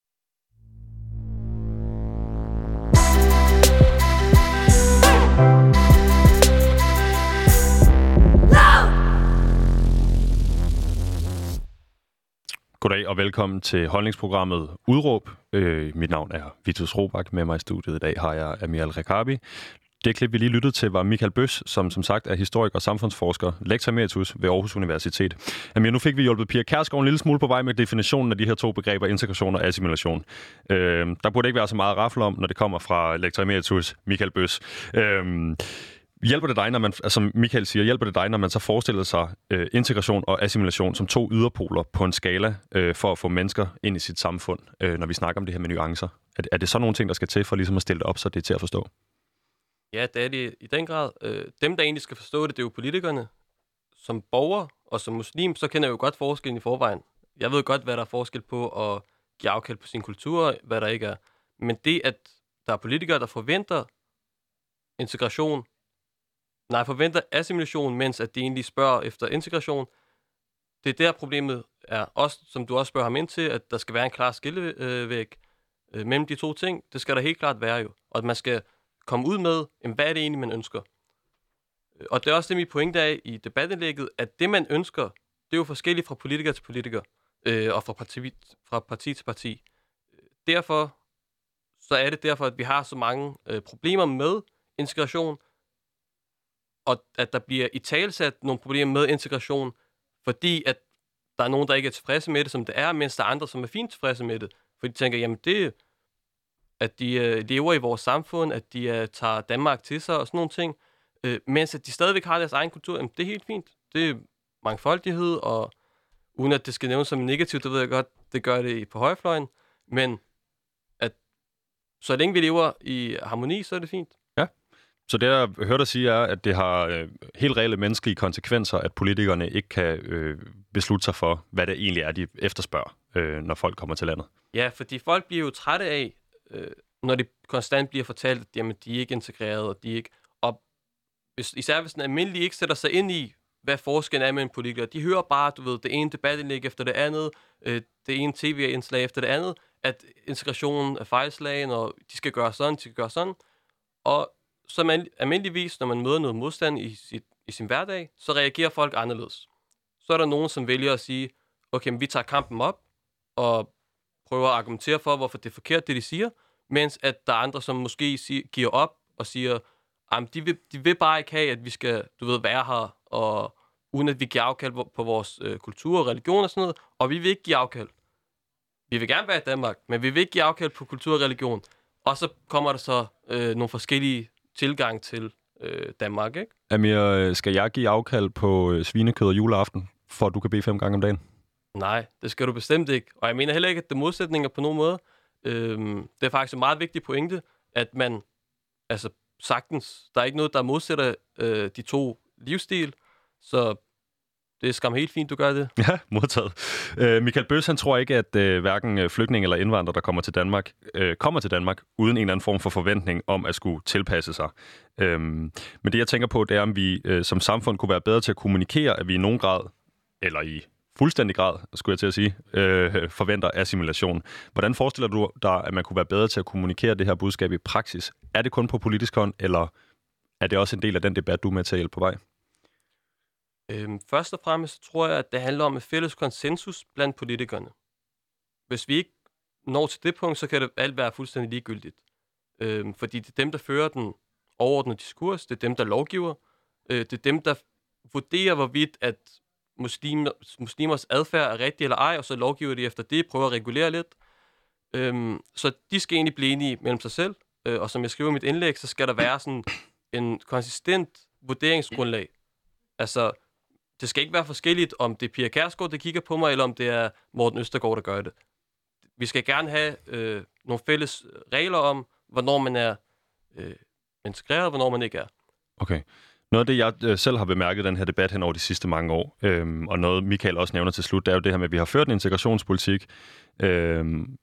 Goddag og velkommen til holdningsprogrammet Udråb. Øh, mit navn er Vitus Robak. Med mig i studiet i dag har jeg Amir Al-Rekabi. Det klip, vi lige lyttede til, var Michael Bøs, som som sagt er historiker og samfundsforsker, lektor emeritus ved Aarhus Universitet. Amir, nu fik vi hjulpet Pia Kjærsgaard en lille smule på vej med definitionen af de her to begreber, integration og assimilation. Øh, der burde ikke være så meget rafle om, når det kommer fra lektor emeritus Michael Bøs. Øh, Hjælper det dig, når man, altså Michael siger, hjælper det dig, når man så forestiller sig øh, integration og assimilation som to yderpoler på en skala øh, for at få mennesker ind i sit samfund, øh, når vi snakker om det her med nuancer? Er det, er det så nogle ting, der skal til for ligesom at stille det op, så det er til at forstå? Ja, det er det i den grad. Øh, dem, der egentlig skal forstå det, det er jo politikerne. Som borger og som muslim, så kender jeg jo godt forskellen i forvejen. Jeg ved godt, hvad der er forskel på at give afkald på sin kultur, hvad der ikke er. Men det, at der er politikere, der forventer integration, nej, forventer assimilation, mens at de egentlig spørger efter integration. Det er der problemet er, også, som du også spørger ham ind til, at der skal være en klar skillevæg øh, mellem de to ting. Det skal der helt klart være jo. Og at man skal komme ud med, jamen, hvad er det egentlig, man ønsker. Og det er også det, mit pointe er i debatindlægget, at det, man ønsker, det er jo forskelligt fra politiker til politiker, øh, og fra parti, fra parti til parti. Derfor så er det derfor, at vi har så mange øh, problemer med integration, og at der bliver i talsat nogle problemer med integration, fordi at der er nogen, der ikke er tilfredse med det, som det er, mens der er andre, som er fint tilfredse med det. For de tænker, jamen det, at de øh, lever i vores samfund, at de øh, tager Danmark til sig og sådan nogle ting, øh, mens at de stadigvæk har deres egen kultur, jamen det er helt fint. Det er mangfoldighed, og uden at det skal nævnes som negativt, det ved jeg godt, det gør det på højrefløjen, men at så længe vi lever i harmoni, så er det fint. Så det, jeg hørte dig sige, er, at det har øh, helt reelle menneskelige konsekvenser, at politikerne ikke kan øh, beslutte sig for, hvad det egentlig er, de efterspørger, øh, når folk kommer til landet. Ja, fordi folk bliver jo trætte af, øh, når de konstant bliver fortalt, at jamen, de er ikke integreret, og de er ikke... Og hvis, især hvis den almindelige ikke sætter sig ind i, hvad forskellen er mellem politikere. De hører bare, du ved, det ene debatindlæg efter det andet, øh, det ene tv-indslag efter det andet, at integrationen er fejlslagen, og de skal gøre sådan, de skal gøre sådan. Og som almindeligvis, når man møder noget modstand i, sit, i sin hverdag, så reagerer folk anderledes. Så er der nogen, som vælger at sige, okay, vi tager kampen op, og prøver at argumentere for, hvorfor det er forkert, det de siger, mens at der er andre, som måske siger, giver op og siger, at de vil, de vil bare ikke have, at vi skal, du ved, være her og uden at vi giver afkald på, på vores øh, kultur og religion og sådan noget, og vi vil ikke give afkald. Vi vil gerne være i Danmark, men vi vil ikke give afkald på kultur og religion. Og så kommer der så øh, nogle forskellige tilgang til øh, Danmark, ikke? Amir, skal jeg give afkald på øh, svinekød og juleaften, for at du kan bede fem gange om dagen? Nej, det skal du bestemt ikke. Og jeg mener heller ikke, at det er modsætninger på nogen måde. Øhm, det er faktisk en meget vigtig pointe, at man, altså sagtens, der er ikke noget, der modsætter øh, de to livsstil, så det er skam helt fint, du gør det. Ja, modtaget. Øh, Michael Bøs, han tror ikke, at øh, hverken flygtninge eller indvandrere, der kommer til Danmark, øh, kommer til Danmark uden en eller anden form for forventning om at skulle tilpasse sig. Øhm, men det, jeg tænker på, det er, om vi øh, som samfund kunne være bedre til at kommunikere, at vi i nogen grad, eller i fuldstændig grad, skulle jeg til at sige, øh, forventer assimilation. Hvordan forestiller du dig, at man kunne være bedre til at kommunikere det her budskab i praksis? Er det kun på politisk hånd, eller er det også en del af den debat, du er med til at hjælpe på vej? Øhm, først og fremmest tror jeg, at det handler om et fælles konsensus blandt politikerne. Hvis vi ikke når til det punkt, så kan det alt være fuldstændig ligegyldigt. Øhm, fordi det er dem, der fører den overordnede diskurs, det er dem, der lovgiver, øh, det er dem, der vurderer, hvorvidt at muslimer, muslimers adfærd er rigtig eller ej, og så lovgiver de efter det, prøver at regulere lidt. Øhm, så de skal egentlig blive enige mellem sig selv, øh, og som jeg skriver i mit indlæg, så skal der være sådan en konsistent vurderingsgrundlag. Altså, det skal ikke være forskelligt, om det er Pia Kjærsgaard, der kigger på mig, eller om det er Morten Østergaard, der gør det. Vi skal gerne have øh, nogle fælles regler om, hvornår man er øh, integreret, og hvornår man ikke er. Okay. Noget af det, jeg øh, selv har bemærket i den her debat hen over de sidste mange år, øhm, og noget Michael også nævner til slut, det er jo det her med, at vi har ført en integrationspolitik, øhm,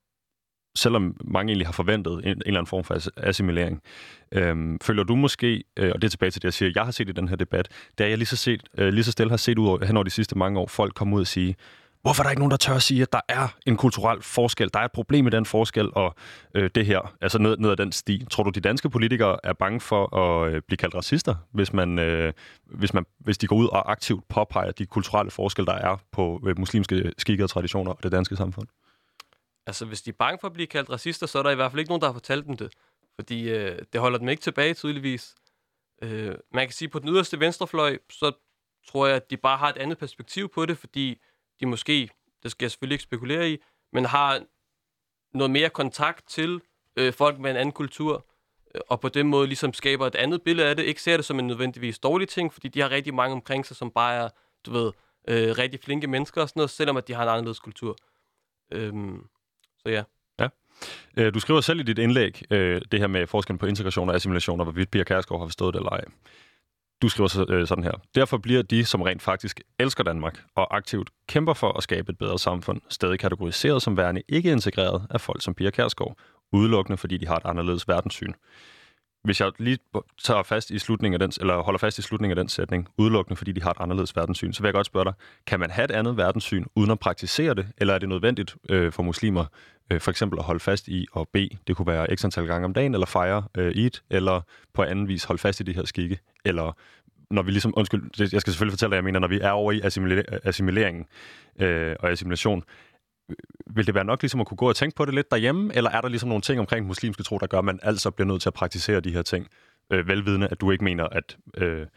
selvom mange egentlig har forventet en, en eller anden form for assimilering. Øhm, føler du måske, øh, og det er tilbage til det, jeg siger, jeg har set i den her debat, det er, jeg lige så, set, øh, lige så stille har set ud over, hen over de sidste mange år, folk komme ud og sige, hvorfor er der ikke nogen, der tør at sige, at der er en kulturel forskel, der er et problem i den forskel, og øh, det her, altså ned, ned ad den sti. Tror du, de danske politikere er bange for at øh, blive kaldt racister, hvis, man, øh, hvis, man, hvis de går ud og aktivt påpeger de kulturelle forskelle, der er på øh, muslimske skikke og traditioner og det danske samfund? Altså, hvis de er bange for at blive kaldt racister, så er der i hvert fald ikke nogen, der har fortalt dem det. Fordi øh, det holder dem ikke tilbage, tydeligvis. Øh, man kan sige, at på den yderste venstrefløj, så tror jeg, at de bare har et andet perspektiv på det, fordi de måske, det skal jeg selvfølgelig ikke spekulere i, men har noget mere kontakt til øh, folk med en anden kultur, øh, og på den måde ligesom skaber et andet billede af det. Ikke ser det som en nødvendigvis dårlig ting, fordi de har rigtig mange omkring sig, som bare er, du ved, øh, rigtig flinke mennesker og sådan noget, selvom at de har en anderledes kultur. Øhm, så ja. Ja. Du skriver selv i dit indlæg, øh, det her med forskellen på integration og assimilation, og hvorvidt Pia Kjærsgaard har forstået det eller ej. Du skriver så, øh, sådan her. Derfor bliver de, som rent faktisk elsker Danmark og aktivt kæmper for at skabe et bedre samfund, stadig kategoriseret som værende ikke integreret af folk som Pia Kjærsgaard, udelukkende fordi de har et anderledes verdenssyn. Hvis jeg lige tager fast i slutningen af den, eller holder fast i slutningen af den sætning, udelukkende fordi de har et anderledes verdenssyn, så vil jeg godt spørge dig, kan man have et andet verdenssyn uden at praktisere det, eller er det nødvendigt øh, for muslimer øh, for eksempel at holde fast i at bede? Det kunne være x antal gange om dagen, eller fejre øh, Eid, eller på anden vis holde fast i de her skikke, eller når vi ligesom, undskyld, jeg skal selvfølgelig fortælle dig, jeg mener, når vi er over i assimile- assimileringen øh, og assimilation, vil det være nok ligesom at kunne gå og tænke på det lidt derhjemme, eller er der ligesom nogle ting omkring muslimske tro, der gør, at man altså bliver nødt til at praktisere de her ting, øh, velvidende, at du ikke mener, at øh,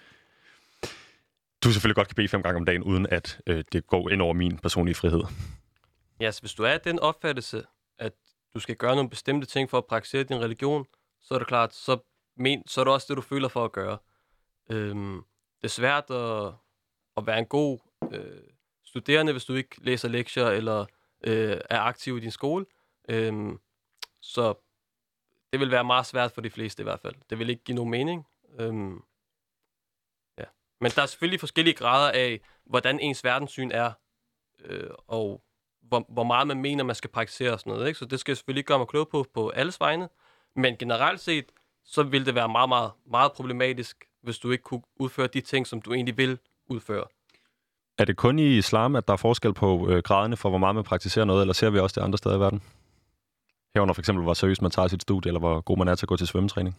du selvfølgelig godt kan bede fem gange om dagen, uden at øh, det går ind over min personlige frihed? Ja, så hvis du er den opfattelse, at du skal gøre nogle bestemte ting for at praktisere din religion, så er det klart, så, men, så er det også det, du føler for at gøre. Øhm, det er svært at, at være en god øh, studerende, hvis du ikke læser lektier eller øh, er aktiv i din skole. Øhm, så det vil være meget svært for de fleste i hvert fald. Det vil ikke give nogen mening. Øhm, ja. Men der er selvfølgelig forskellige grader af, hvordan ens verdenssyn er, øh, og hvor, hvor meget man mener, man skal praktisere og sådan noget. Ikke? Så det skal jeg selvfølgelig ikke gøre mig klog på på alles vegne. Men generelt set, så vil det være meget, meget, meget problematisk, hvis du ikke kunne udføre de ting, som du egentlig vil udføre. Er det kun i islam, at der er forskel på øh, graderne for, hvor meget man praktiserer noget, eller ser vi også det andre steder i verden? Herunder for eksempel, hvor seriøst man tager sit studie, eller hvor god man er til at gå til svømmetræning?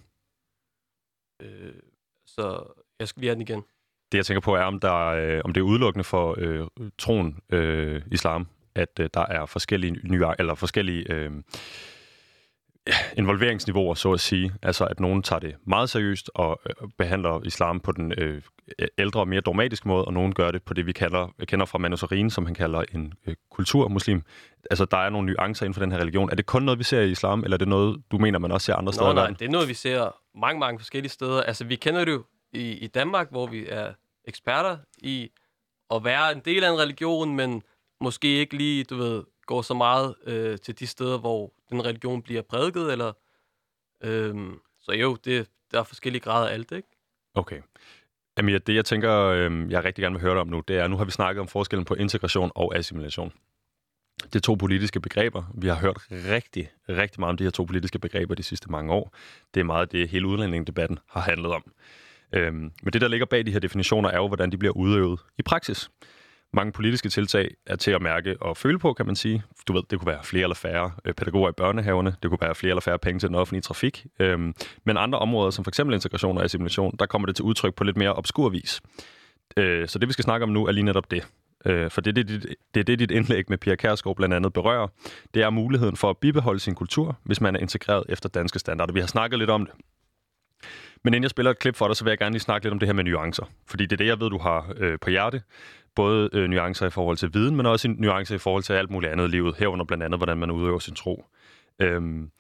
Øh, så jeg skal lige have den igen. Det, jeg tænker på, er, om, der, øh, om det er udelukkende for øh, troen øh, islam, at øh, der er forskellige nye, eller forskellige øh, involveringsniveauer, så at sige. Altså, at nogen tager det meget seriøst og øh, behandler islam på den øh, ældre og mere dogmatiske måde, og nogen gør det på det, vi kalder, kender fra Manu Sareen, som han kalder en øh, kulturmuslim. Altså, der er nogle nuancer inden for den her religion. Er det kun noget, vi ser i islam, eller er det noget, du mener, man også ser andre Nå, steder i nej, verden? det er noget, vi ser mange, mange forskellige steder. Altså, vi kender det jo i, i Danmark, hvor vi er eksperter i at være en del af en religion, men måske ikke lige, du ved, går så meget øh, til de steder, hvor den religion bliver prædiket, eller... Øhm, så jo, det, der er forskellige grader af alt, ikke? Okay. Amir, det jeg tænker, øh, jeg rigtig gerne vil høre dig om nu, det er, nu har vi snakket om forskellen på integration og assimilation. Det er to politiske begreber. Vi har hørt rigtig, rigtig meget om de her to politiske begreber de sidste mange år. Det er meget det, hele udlændingedebatten har handlet om. Øhm, men det, der ligger bag de her definitioner, er jo, hvordan de bliver udøvet i praksis. Mange politiske tiltag er til at mærke og føle på, kan man sige. Du ved, det kunne være flere eller færre pædagoger i børnehaverne, det kunne være flere eller færre penge til den offentlige trafik. Øhm, men andre områder, som f.eks. integration og assimilation, der kommer det til udtryk på lidt mere obskur vis. Øh, så det, vi skal snakke om nu, er lige netop det. Øh, for det er det, det er det, dit indlæg med Pia Kjærsgaard blandt andet berører. Det er muligheden for at bibeholde sin kultur, hvis man er integreret efter danske standarder. Vi har snakket lidt om det. Men inden jeg spiller et klip for dig, så vil jeg gerne lige snakke lidt om det her med nuancer. Fordi det er det, jeg ved, du har øh, på hjerte. Både øh, nuancer i forhold til viden, men også nuancer i forhold til alt muligt andet i livet. Herunder blandt andet, hvordan man udøver sin tro. Øhm,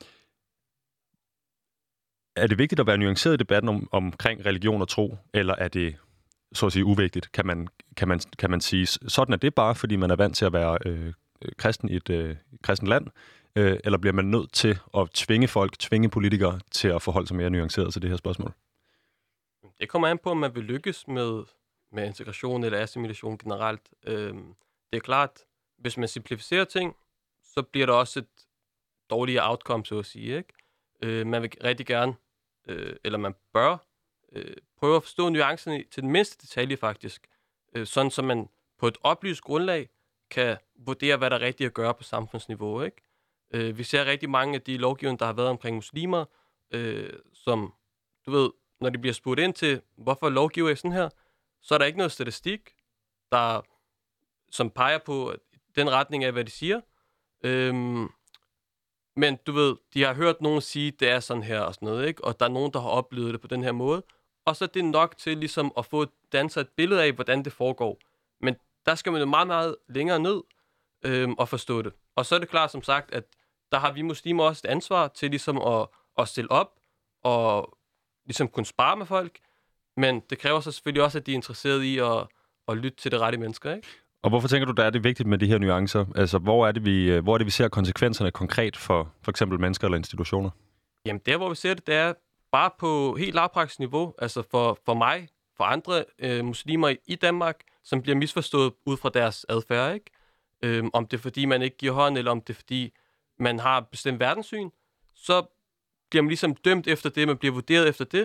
er det vigtigt at være nuanceret i debatten om, omkring religion og tro? Eller er det, så at sige, uvigtigt? Kan man, kan man, kan man sige, sådan er det bare, fordi man er vant til at være øh, kristen i et øh, kristent land? Øh, eller bliver man nødt til at tvinge folk, tvinge politikere til at forholde sig mere nuanceret til det her spørgsmål? Det kommer an på, om man vil lykkes med, med integration eller assimilation generelt. Øhm, det er klart, hvis man simplificerer ting, så bliver der også et dårligere outcome, så at sige. Ikke? Øh, man vil rigtig gerne, øh, eller man bør, øh, prøve at forstå nuancerne til den mindste detalje faktisk. Øh, sådan, så man på et oplyst grundlag kan vurdere, hvad der er rigtigt at gøre på samfundsniveau. Ikke? Øh, vi ser rigtig mange af de lovgivninger, der har været omkring muslimer, øh, som, du ved, når de bliver spurgt ind til, hvorfor lovgiver I sådan her, så er der ikke noget statistik, der, som peger på den retning af, hvad de siger. Øhm, men du ved, de har hørt nogen sige, det er sådan her og sådan noget, ikke? Og der er nogen, der har oplevet det på den her måde. Og så er det nok til ligesom at få dannet et billede af, hvordan det foregår. Men der skal man jo meget, meget længere ned øhm, og forstå det. Og så er det klart, som sagt, at der har vi muslimer også et ansvar til ligesom at, at stille op og ligesom kunne spare med folk. Men det kræver så selvfølgelig også, at de er interesserede i at, at lytte til det rette mennesker, ikke? Og hvorfor tænker du, der er det vigtigt med de her nuancer? Altså, hvor er det, vi, hvor er det, vi ser konsekvenserne konkret for for eksempel mennesker eller institutioner? Jamen, der hvor vi ser det, det er bare på helt lavpraktisk niveau. Altså for, for mig, for andre øh, muslimer i Danmark, som bliver misforstået ud fra deres adfærd, ikke? Øhm, om det er, fordi man ikke giver hånd, eller om det er, fordi man har et bestemt verdenssyn, så bliver man ligesom dømt efter det, man bliver vurderet efter det.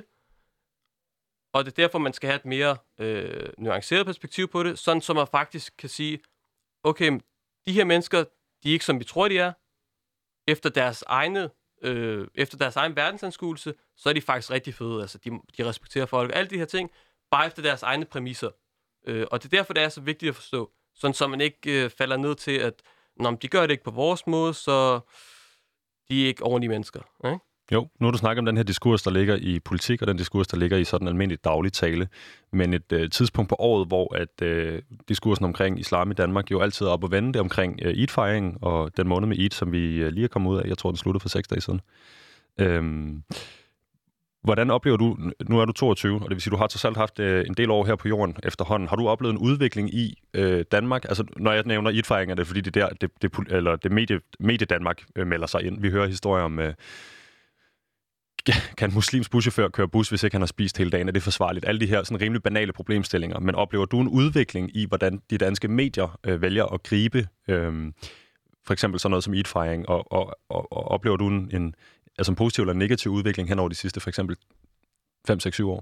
Og det er derfor, man skal have et mere øh, nuanceret perspektiv på det, sådan så man faktisk kan sige, okay, de her mennesker, de er ikke som vi tror, de er. Efter deres egne, øh, efter deres egen verdensanskuelse, så er de faktisk rigtig fede. Altså, de, de respekterer folk og alle de her ting, bare efter deres egne præmisser. Øh, og det er derfor, det er så vigtigt at forstå. Sådan så man ikke øh, falder ned til, at når de gør det ikke på vores måde, så de er ikke ordentlige mennesker. Ikke? Jo, nu har du snakket om den her diskurs, der ligger i politik, og den diskurs, der ligger i sådan almindelig daglig tale. Men et øh, tidspunkt på året, hvor at øh, diskursen omkring islam i Danmark jo altid er op at vende, det omkring øh, Eid-fejringen og den måned med Eid, som vi øh, lige er kommet ud af. Jeg tror, den sluttede for seks dage siden. Øhm, hvordan oplever du, nu er du toogtyve, og det vil sige, du har trods alt haft øh, en del år her på jorden efterhånden. Har du oplevet en udvikling i øh, Danmark? Altså, når jeg nævner Eid-fejringen, er det fordi, det der, det, det, eller det medie, medie Danmark øh, melder sig ind. Vi hører historier om... Øh, kan en muslims buschauffør køre bus, hvis ikke han har spist hele dagen? Er det forsvarligt? Alle de her sådan rimelig banale problemstillinger. Men oplever du en udvikling i, hvordan de danske medier øh, vælger at gribe øh, for eksempel sådan noget som Eid-fejring? Og, og, og, og oplever du en, en, altså en positiv eller negativ udvikling hen over de sidste for eksempel fem, seks, syv år?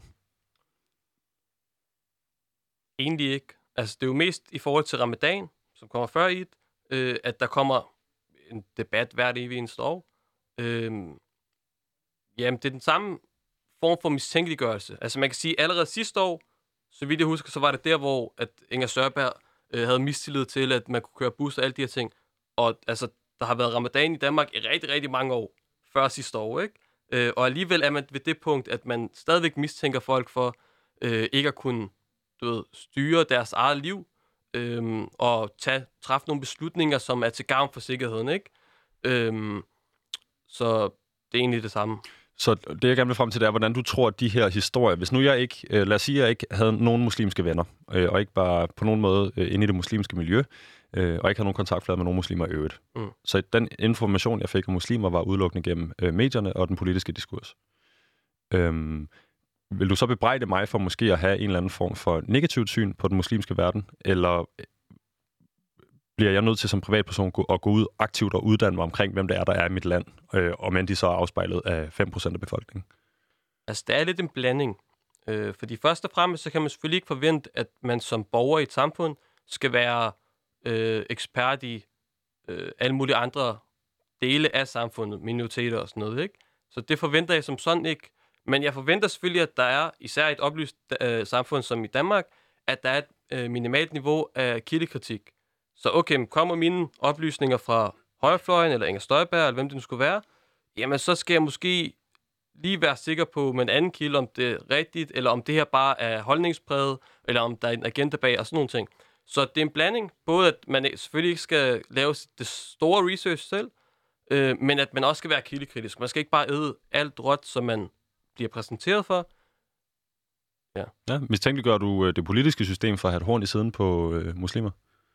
Egentlig ikke. Altså, det er jo mest i forhold til Ramadan, som kommer før Eid, øh, at der kommer en debat hvert evig eneste år. Øh, Jamen, det er den samme form for mistænkeliggørelse. Altså, man kan sige, at allerede sidste år, så vidt jeg husker, så var det der, hvor at Inger Støjberg øh, havde mistillid til, at man kunne køre bus og alle de her ting. Og altså, der har været Ramadan i Danmark i rigtig, rigtig mange år, før sidste år, ikke? Øh, og alligevel er man ved det punkt, at man stadigvæk mistænker folk for øh, ikke at kunne, du ved, styre deres eget liv øh, og tage, træffe nogle beslutninger, som er til gavn for sikkerheden, ikke? Øh, så det er egentlig det samme. Så det, jeg gerne vil frem til, det er, hvordan du tror, at de her historier, hvis nu jeg ikke, øh, lad os sige, at jeg ikke havde nogen muslimske venner, øh, og ikke bare på nogen måde øh, inde i det muslimske miljø, øh, og ikke havde nogen kontaktflade med nogen muslimer i øvrigt. Mm. Så den information, jeg fik om muslimer, var udelukkende gennem øh, medierne og den politiske diskurs. Øhm, vil du så bebrejde mig for måske at have en eller anden form for negativt syn på den muslimske verden, eller bliver jeg nødt til som privatperson at gå ud aktivt og uddanne mig omkring, hvem det er, der er i mit land, øh, og men de så er afspejlet af fem procent af befolkningen? Altså, det er lidt en blanding. Øh, fordi først og fremmest, så kan man selvfølgelig ikke forvente, at man som borger i et samfund skal være øh, ekspert i øh, alle mulige andre dele af samfundet, minoriteter og sådan noget, ikke? Så det forventer jeg som sådan ikke. Men jeg forventer selvfølgelig, at der er, især i et oplyst øh, samfund som i Danmark, at der er et øh, minimalt niveau af kildekritik. Så okay, kommer mine oplysninger fra højrefløjen, eller Inger Støjberg, eller hvem det nu skulle være, jamen så skal jeg måske lige være sikker på med en anden kilde, om det er rigtigt, eller om det her bare er holdningspræget, eller om der er en agenda bag, og sådan nogle ting. Så det er en blanding, både at man selvfølgelig ikke skal lave det store research selv, øh, men at man også skal være kildekritisk. Man skal ikke bare æde alt råt, som man bliver præsenteret for. Ja. Ja, mistænkeliggør du det politiske system for at have et horn i siden på øh, muslimer?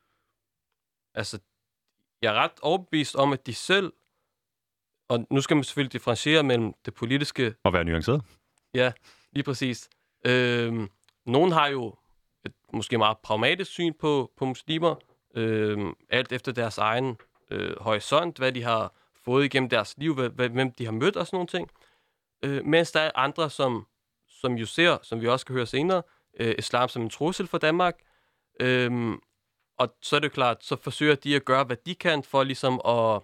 Altså, jeg er ret overbevist om, at de selv, og nu skal man selvfølgelig differentiere mellem det politiske... Og være nuanceret. Ja, lige præcis. Øhm, nogen har jo et måske meget pragmatisk syn på, på muslimer, øhm, alt efter deres egen øh, horisont, hvad de har fået igennem deres liv, hvad, hvem de har mødt og sådan nogle ting. Øh, mens der er andre, som, som jo ser, som vi også skal høre senere, øh, islam som en trussel for Danmark. Øhm, og så er det klart, så forsøger de at gøre, hvad de kan for ligesom at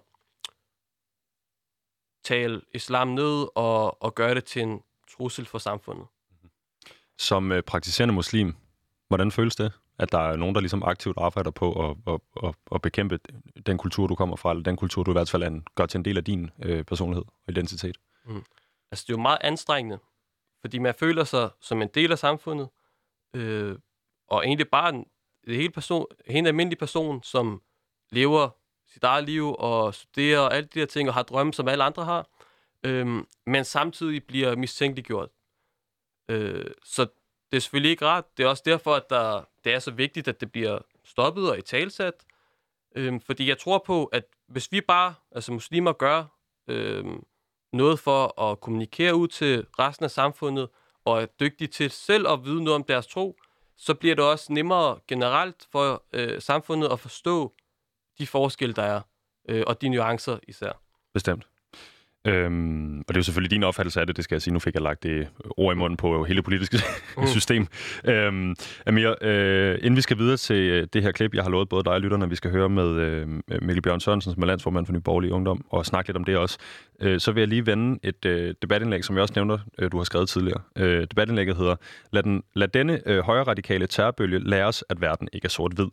tale islam ned og, og gøre det til en trussel for samfundet. Som øh, praktiserende muslim, hvordan føles det, at der er nogen, der ligesom aktivt arbejder på at, at, at, at bekæmpe den kultur, du kommer fra, eller den kultur, du i hvert fald er en, gør til en del af din øh, personlighed og identitet? Mm. Altså, det er jo meget anstrengende, fordi man føler sig som en del af samfundet, øh, og egentlig bare en, en helt, person, helt almindelig person, som lever sit eget liv og studerer og alle de her ting, og har drømme, som alle andre har, øh, men samtidig bliver mistænkeliggjort. Øh, så det er selvfølgelig ikke rart. Det er også derfor, at der, det er så vigtigt, at det bliver stoppet og italesat. Øh, fordi jeg tror på, at hvis vi bare, altså muslimer, gør øh, noget for at kommunikere ud til resten af samfundet, og er dygtige til selv at vide noget om deres tro, så bliver det også nemmere generelt for øh, samfundet at forstå de forskelle, der er, øh, og de nuancer især. Bestemt. Øhm, og det er jo selvfølgelig din opfattelse af det, det skal jeg sige. Nu fik jeg lagt det ord i munden på hele det politiske mm. system. Øhm, Amir, øh, inden vi skal videre til det her klip, jeg har lovet både dig og lytterne, vi skal høre med øh, Mikkel Bjørn Sørensen, som er landsformand for Nye Borgerlige Ungdom, og snakke lidt om det også. Øh, så vil jeg lige vende et øh, debatindlæg, som jeg også nævner, øh, du har skrevet tidligere. Øh, debatindlægget hedder, lad, den, lad denne øh, højre radikale terrorbølge lære os, at verden ikke er sort-hvid.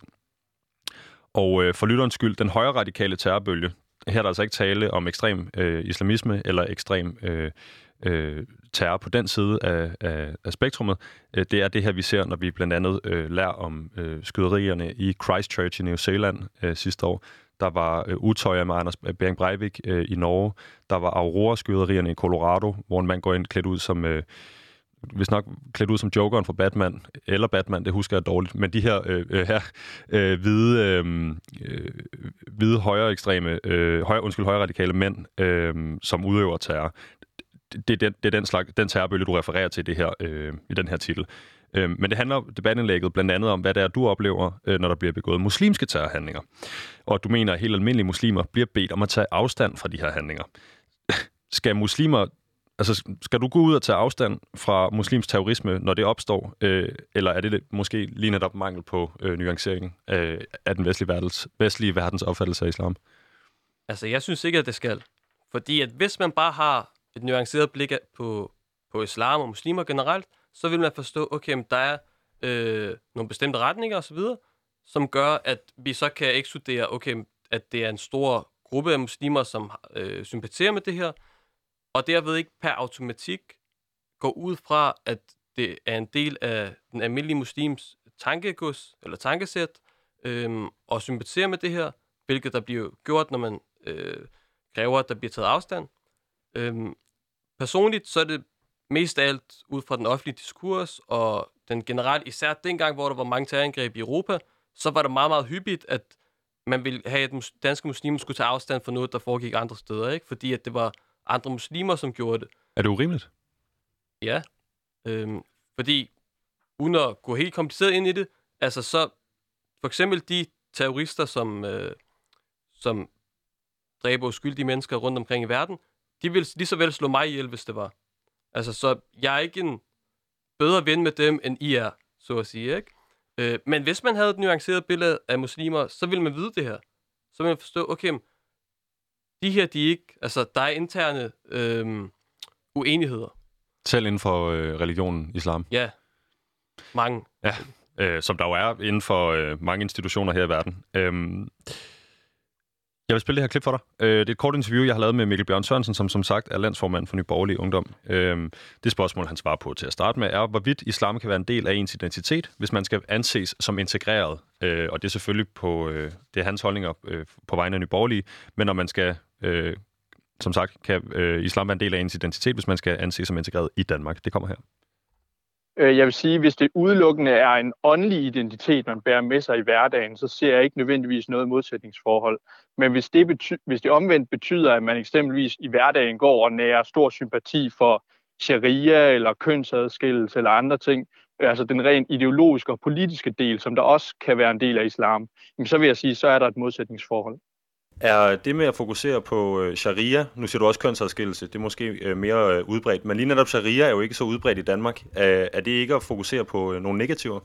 Og øh, for lytterens skyld, den højre radikale terrorbølge, her er der altså ikke tale om ekstrem øh, islamisme eller ekstrem øh, øh, terror på den side af, af, af spektrummet. Det er det her, vi ser, når vi blandt andet øh, lærer om øh, skyderierne i Christchurch i New Zealand øh, sidste år. Der var øh, Utøya med Anders Behring Breivik øh, i Norge. Der var Aurora-skyderierne i Colorado, hvor en mand går ind klædt ud som... Øh, hvis nok klædt ud som Jokeren fra Batman, eller Batman, det husker jeg dårligt, men de her, øh, her øh, hvide, øh, hvide højre ekstreme, øh, højre, undskyld, højre radikale mænd, øh, som udøver terror. Det, det, er den, det er den, slags, den terrorbølge, du refererer til det her, øh, i den her titel. Øh, men det handler debatindlægget blandt andet om, hvad det er, du oplever, øh, når der bliver begået muslimske terrorhandlinger. Og du mener, at helt almindelige muslimer bliver bedt om at tage afstand fra de her handlinger. Skal muslimer Altså, skal du gå ud og tage afstand fra muslims terrorisme, når det opstår, øh, eller er det måske lige netop mangel på øh, nuancering øh, af den vestlige verdens, vestlige verdens opfattelse af islam? Altså, jeg synes ikke, at det skal. Fordi at hvis man bare har et nuanceret blik på, på islam og muslimer generelt, så vil man forstå, okay, men der er øh, nogle bestemte retninger osv., som gør, at vi så kan ekskludere, okay, at det er en stor gruppe af muslimer, som øh, sympatiserer med det her, og derved ikke per automatik går ud fra, at det er en del af den almindelige muslims tankegods eller tankesæt, øhm, og sympatiserer med det her, hvilket der bliver gjort, når man øh, kræver, at der bliver taget afstand. Øhm, personligt så er det mest af alt ud fra den offentlige diskurs, og den generelt, især dengang, hvor der var mange terrorangreb i Europa, så var det meget, meget hyppigt, at man ville have, at danske muslimer skulle tage afstand fra noget, der foregik andre steder, ikke? Fordi at det var andre muslimer, som gjorde det. Er det urimeligt? Ja. Øhm, fordi, uden at gå helt kompliceret ind i det, altså så, for eksempel de terrorister, som, øh, som dræber uskyldige mennesker rundt omkring i verden, de vil lige så vel slå mig ihjel, hvis det var. Altså, så jeg er ikke en bedre ven med dem, end I er, så at sige, ikke? Øh, men hvis man havde et nuanceret billede af muslimer, så ville man vide det her. Så ville man forstå, okay, de her, de er ikke, altså, der er interne øh, uenigheder. Selv inden for øh, religionen islam? Ja, mange. Ja, øh, som der jo er inden for øh, mange institutioner her i verden. Øhm, jeg vil spille det her klip for dig. Øh, det er et kort interview, jeg har lavet med Mikkel Bjørn Sørensen, som som sagt er landsformand for Nye Borgerlige Ungdom. Øh, det spørgsmål, han svarer på til at starte med, er, hvorvidt islam kan være en del af ens identitet, hvis man skal anses som integreret. Øh, og det er selvfølgelig på, øh, det er hans holdninger øh, på vegne af Nye Borgerlige, men når man skal... Øh, Som sagt, kan øh, islam være en del af ens identitet, hvis man skal anses som integreret i Danmark. Det kommer her. Jeg vil sige, hvis det udelukkende er en åndelig identitet, man bærer med sig i hverdagen, så ser jeg ikke nødvendigvis noget modsætningsforhold. Men hvis det, bety- hvis det omvendt betyder, at man eksempelvis i hverdagen går og nærer stor sympati for sharia eller kønsadskillelse eller andre ting, altså den rent ideologiske og politiske del, som der også kan være en del af islam, så vil jeg sige, så er der et modsætningsforhold. Er det med at fokusere på sharia, nu siger du også kønsadskillelse, det er måske mere udbredt, men lige netop sharia er jo ikke så udbredt i Danmark. Er det ikke at fokusere på nogle negativer?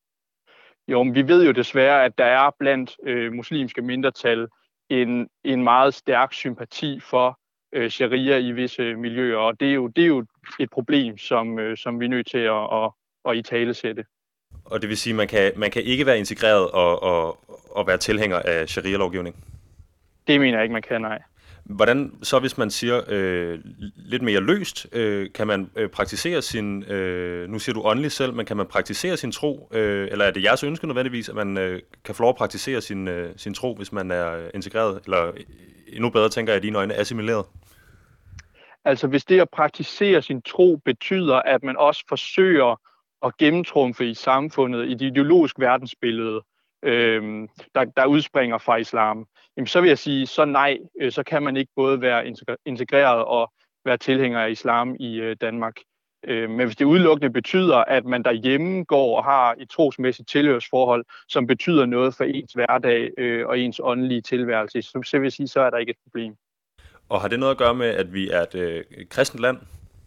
Jo, men vi ved jo desværre, at der er blandt øh, muslimske mindretal en, en meget stærk sympati for øh, sharia i visse miljøer, og det er jo, det er jo et problem, som, øh, som vi er nødt til at, at, at italesætte. Og det vil sige, at man kan, man kan ikke være integreret og, og, og være tilhænger af sharia-lovgivning? Det mener jeg ikke, man kan, nej. Hvordan så, hvis man siger øh, lidt mere løst, øh, kan man øh, praktisere sin, øh, nu siger du åndelig selv, men kan man praktisere sin tro, øh, eller er det jeres ønske nødvendigvis, at man øh, kan få lov at praktisere sin, øh, sin tro, hvis man er integreret, eller endnu bedre tænker jeg i dine øjne, assimileret? Altså hvis det at praktisere sin tro betyder, at man også forsøger at gennemtrumfe i samfundet, i det ideologiske verdensbillede, øh, der, der udspringer fra islam, jamen så vil jeg sige, så nej, øh, så kan man ikke både være integreret og være tilhænger af islam i øh, Danmark. Øh, men hvis det udelukkende betyder, at man derhjemme går og har et trosmæssigt tilhørsforhold, som betyder noget for ens hverdag øh, og ens åndelige tilværelse, så, så vil jeg sige, så er der ikke et problem. Og har det noget at gøre med, at vi er et øh, kristent land?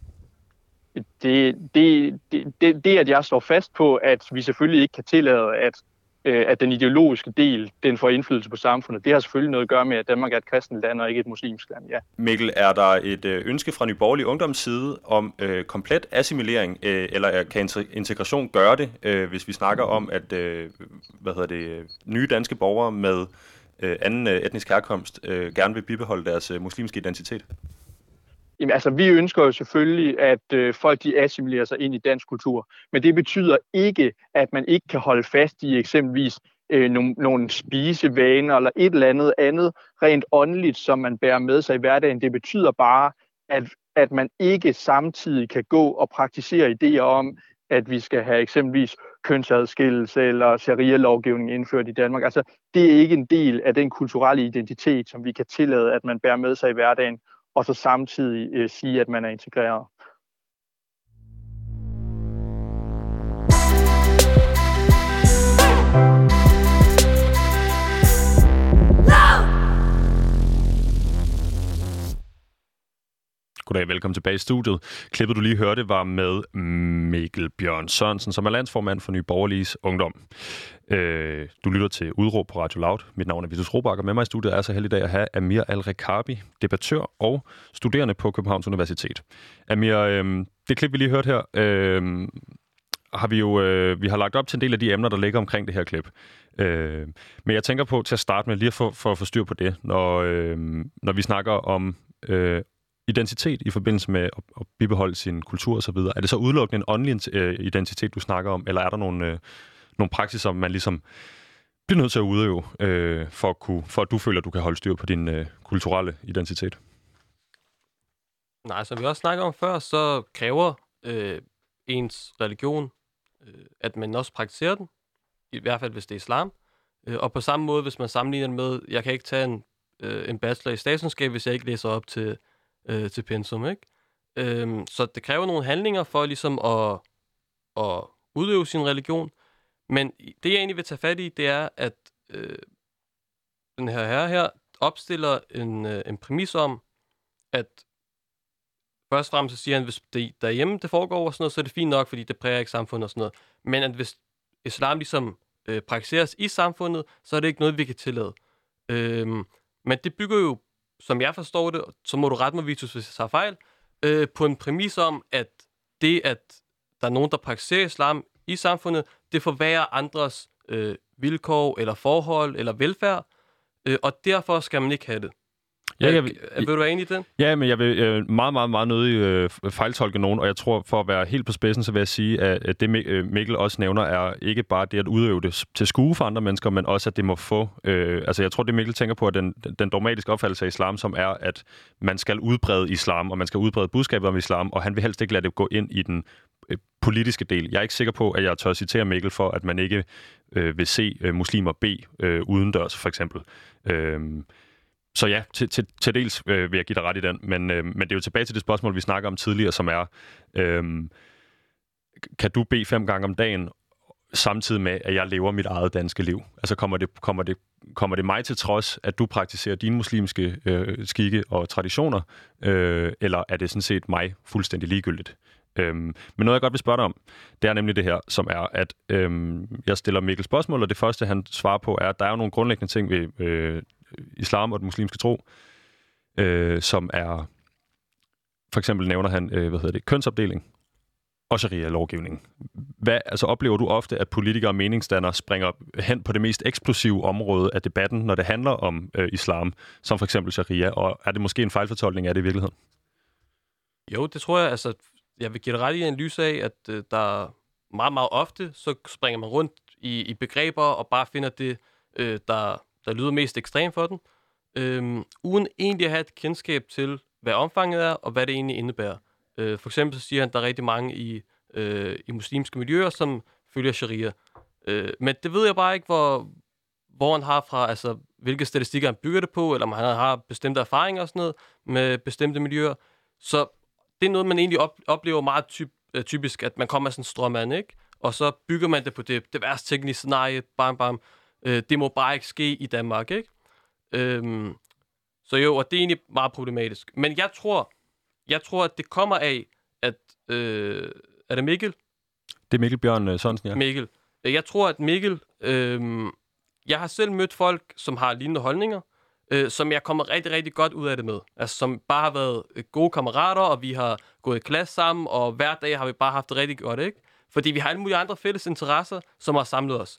Det, det, det, det, at jeg står fast på, at vi selvfølgelig ikke kan tillade, at at den ideologiske del, den får indflydelse på samfundet, det har selvfølgelig noget at gøre med, at Danmark er et kristent land og ikke et muslimsk land, ja. Mikkel, er der et øh, ønske fra Nye Borgerlige Ungdoms side om øh, komplet assimilering, øh, eller kan integration gøre det, øh, hvis vi snakker om, at øh, hvad hedder det, nye danske borgere med øh, anden øh, etnisk herkomst øh, gerne vil bibeholde deres øh, muslimske identitet? Jamen, altså, vi ønsker jo selvfølgelig, at øh, folk de assimilerer sig ind i dansk kultur, men det betyder ikke, at man ikke kan holde fast i eksempelvis øh, nogle, nogle spisevaner eller et eller andet andet rent åndeligt, som man bærer med sig i hverdagen. Det betyder bare, at, at man ikke samtidig kan gå og praktisere idéer om, at vi skal have eksempelvis kønsadskillelse eller sharia-lovgivning indført i Danmark. Altså, det er ikke en del af den kulturelle identitet, som vi kan tillade, at man bærer med sig i hverdagen, og så samtidig øh, sige, at man er integreret. Goddag, velkommen tilbage i studiet. Klippet, du lige hørte, var med Mikkel Bjørn Sørensen, som er landsformand for Nye Borgerliges Ungdom. Øh, du lytter til Udråb på Radio Loud. Mit navn er Vitus Robak, og med mig i studiet er så heldig dag at have Amir Al-Rekabi, debattør og studerende på Københavns Universitet. Amir, øh, det klip, vi lige hørte her, øh, har vi jo øh, vi har lagt op til en del af de emner, der ligger omkring det her klip. Øh, men jeg tænker på til at starte med lige at få, for at få styr på det, når, øh, når vi snakker om øh, identitet i forbindelse med at, at bibeholde sin kultur osv.? Er det så udelukkende en åndelig øh, identitet, du snakker om, eller er der nogle, øh, nogle praksiser, man ligesom bliver nødt til at udøve, øh, for, at kunne, for at du føler, at du kan holde styr på din øh, kulturelle identitet? Nej, som vi også snakker om før, så kræver øh, ens religion, øh, at man også praktiserer den, i hvert fald hvis det er islam. Øh, og på samme måde, hvis man sammenligner den med, jeg kan ikke tage en, øh, en bachelor i statskundskab, hvis jeg ikke læser op til, øh, til pensum, ikke? Øh, så det kræver nogle handlinger for ligesom at, at udøve sin religion. Men det, jeg egentlig vil tage fat i, det er, at øh, den her herre her opstiller en, øh, en præmis om, at først og fremmest så siger han, hvis det derhjemme det foregår og sådan noget, så er det fint nok, fordi det præger ikke samfundet og sådan noget. Men at hvis islam ligesom øh, praktiseres i samfundet, så er det ikke noget, vi kan tillade. Øhm, men det bygger jo, som jeg forstår det, så må du rette mig, Vitus, hvis jeg tager fejl, øh, på en præmis om, at det, at der er nogen, der praktiserer islam i samfundet, det forværrer andres øh, vilkår eller forhold eller velfærd, øh, og derfor skal man ikke have det. Ja, jeg vil, vil du være enig i den? Ja, men jeg vil øh, meget, meget, meget nødig øh, fejltolke nogen, og jeg tror, for at være helt på spidsen, så vil jeg sige, at det Mikkel også nævner, er ikke bare det at udøve det til skue for andre mennesker, men også, at det må få... Øh, altså, jeg tror, det Mikkel tænker på, at den, den dogmatiske opfattelse af islam, som er, at man skal udbrede islam, og man skal udbrede budskabet om islam, og han vil helst ikke lade det gå ind i den øh, politiske del. Jeg er ikke sikker på, at jeg tør at citere Mikkel for, at man ikke øh, vil se øh, muslimer bede øh, udendørs, for eksempel. Øh, Så ja, til, til, til dels øh, vil jeg give dig ret i den, men, øh, men det er jo tilbage til det spørgsmål, vi snakker om tidligere, som er, øh, kan du bede fem gange om dagen, samtidig med, at jeg lever mit eget danske liv? Altså kommer det, kommer det, kommer det mig til trods, at du praktiserer dine muslimske øh, skikke og traditioner, øh, eller er det sådan set mig fuldstændig ligegyldigt? Øhm, men noget, jeg godt vil spørge dig om, det er nemlig det her, som er, at øhm, jeg stiller Mikkel spørgsmål, og det første, han svarer på, er, at der er jo nogle grundlæggende ting ved øh, islam og den muslimske tro, øh, som er, for eksempel nævner han, øh, hvad hedder det, kønsopdeling og sharia-lovgivning. Hvad, altså oplever du ofte, at politikere og meningsdannere springer hen på det mest eksplosive område af debatten, når det handler om øh, islam, som for eksempel sharia, og er det måske en fejlfortolkning af det i virkeligheden? Jo, det tror jeg, altså, jeg vil give dig ret i en analyse af, at øh, der meget, meget ofte, så springer man rundt i, i begreber og bare finder det, øh, der, der lyder mest ekstremt for den, øh, uden egentlig at have et kendskab til, hvad omfanget er, og hvad det egentlig indebærer. Øh, for eksempel så siger han, at der er rigtig mange i, øh, i muslimske miljøer, som følger sharia. Øh, men det ved jeg bare ikke, hvor, hvor han har fra, altså hvilke statistikker han bygger det på, eller om han har bestemte erfaringer og sådan noget med bestemte miljøer. Så det er noget, man egentlig op, oplever meget typ, øh, typisk, at man kommer af sådan en strømmand, ikke? Og så bygger man det på det, det værste tekniske scenarie, bam, bam. Øh, det må bare ikke ske i Danmark, ikke? Øhm, så jo, og det er egentlig meget problematisk. Men jeg tror, jeg tror, at det kommer af, at... Øh, er det Mikkel? Det er Mikkel Bjørn Sørensen, ja. Mikkel. Jeg tror, at Mikkel... Øh, jeg har selv mødt folk, som har lignende holdninger, øh, som jeg kommer rigtig, rigtig godt ud af det med. Altså, som bare har været gode kammerater, og vi har gået i klasse sammen, og hver dag har vi bare haft det rigtig godt, ikke? Fordi vi har alle mulige andre fælles interesser, som har samlet os.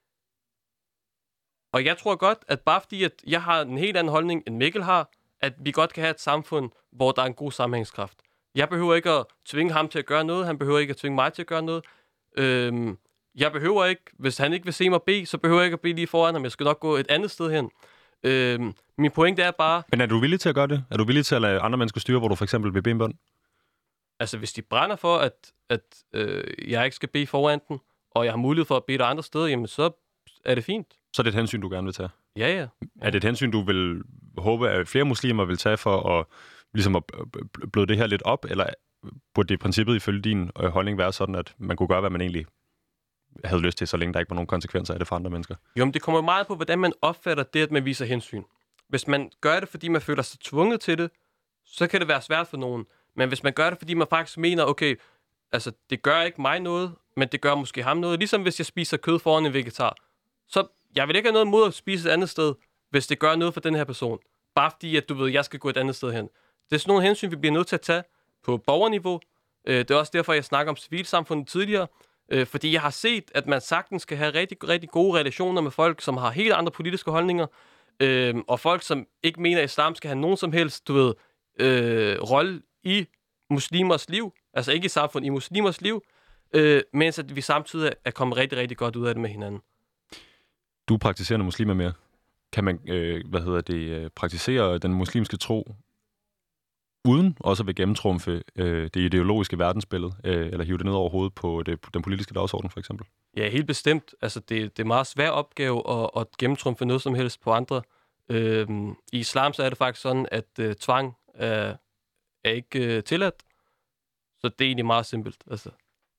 Og jeg tror godt, at bare fordi, at jeg har en helt anden holdning, end Mikkel har, at vi godt kan have et samfund, hvor der er en god sammenhængskraft. Jeg behøver ikke at tvinge ham til at gøre noget, han behøver ikke at tvinge mig til at gøre noget. Øhm, jeg behøver ikke, hvis han ikke vil se mig bede, så behøver jeg ikke at bede lige foran ham, jeg skal nok gå et andet sted hen. Øhm, min pointe er bare... Men er du villig til at gøre det? Er du villig til at lade andre mennesker styre, hvor du for eksempel vil bede en bøn? Altså, hvis de brænder for, at, at øh, jeg ikke skal bede foran den, og jeg har mulighed for at bede andre steder, jamen så er det fint. Så er det et hensyn, du gerne vil tage? Ja, ja. Er det et hensyn, du vil håbe, at flere muslimer vil tage for at, ligesom at bløde det her lidt op, eller burde det i princippet ifølge din holdning være sådan, at man kunne gøre, hvad man egentlig havde lyst til, så længe der ikke var nogen konsekvenser af det for andre mennesker? Jo, men det kommer meget på, hvordan man opfatter det, at man viser hensyn. Hvis man gør det, fordi man føler sig tvunget til det, så kan det være svært for nogen. Men hvis man gør det, fordi man faktisk mener, okay, altså det gør ikke mig noget, men det gør måske ham noget. Ligesom hvis jeg spiser kød foran en vegetar. Så jeg vil ikke have noget imod at spise et andet sted, hvis det gør noget for den her person. Bare fordi, at du ved, jeg skal gå et andet sted hen. Det er sådan nogle hensyn, vi bliver nødt til at tage på borgerniveau. Det er også derfor, jeg snakker om civilsamfundet tidligere. Fordi jeg har set, at man sagtens skal have rigtig, rigtig gode relationer med folk, som har helt andre politiske holdninger. Og folk, som ikke mener, at islam skal have nogen som helst, du ved, øh, rolle i muslimers liv, altså ikke i samfundet, i muslimers liv, øh, mens at vi samtidig er kommet rigtig, rigtig godt ud af det med hinanden. Du er praktiserende muslimer mere. Kan man, øh, hvad hedder det, øh, praktisere den muslimske tro uden også at vil gennemtrumfe øh, det ideologiske verdensbillede, øh, eller hive det ned over hovedet på, det, på den politiske dagsorden, for eksempel? Ja, helt bestemt. Altså, det, det er meget svær opgave at, at gennemtrumfe noget som helst på andre. Øh, I islam så er det faktisk sådan, at øh, tvang er, er ikke øh, tilladt. Så det er egentlig meget simpelt. Altså.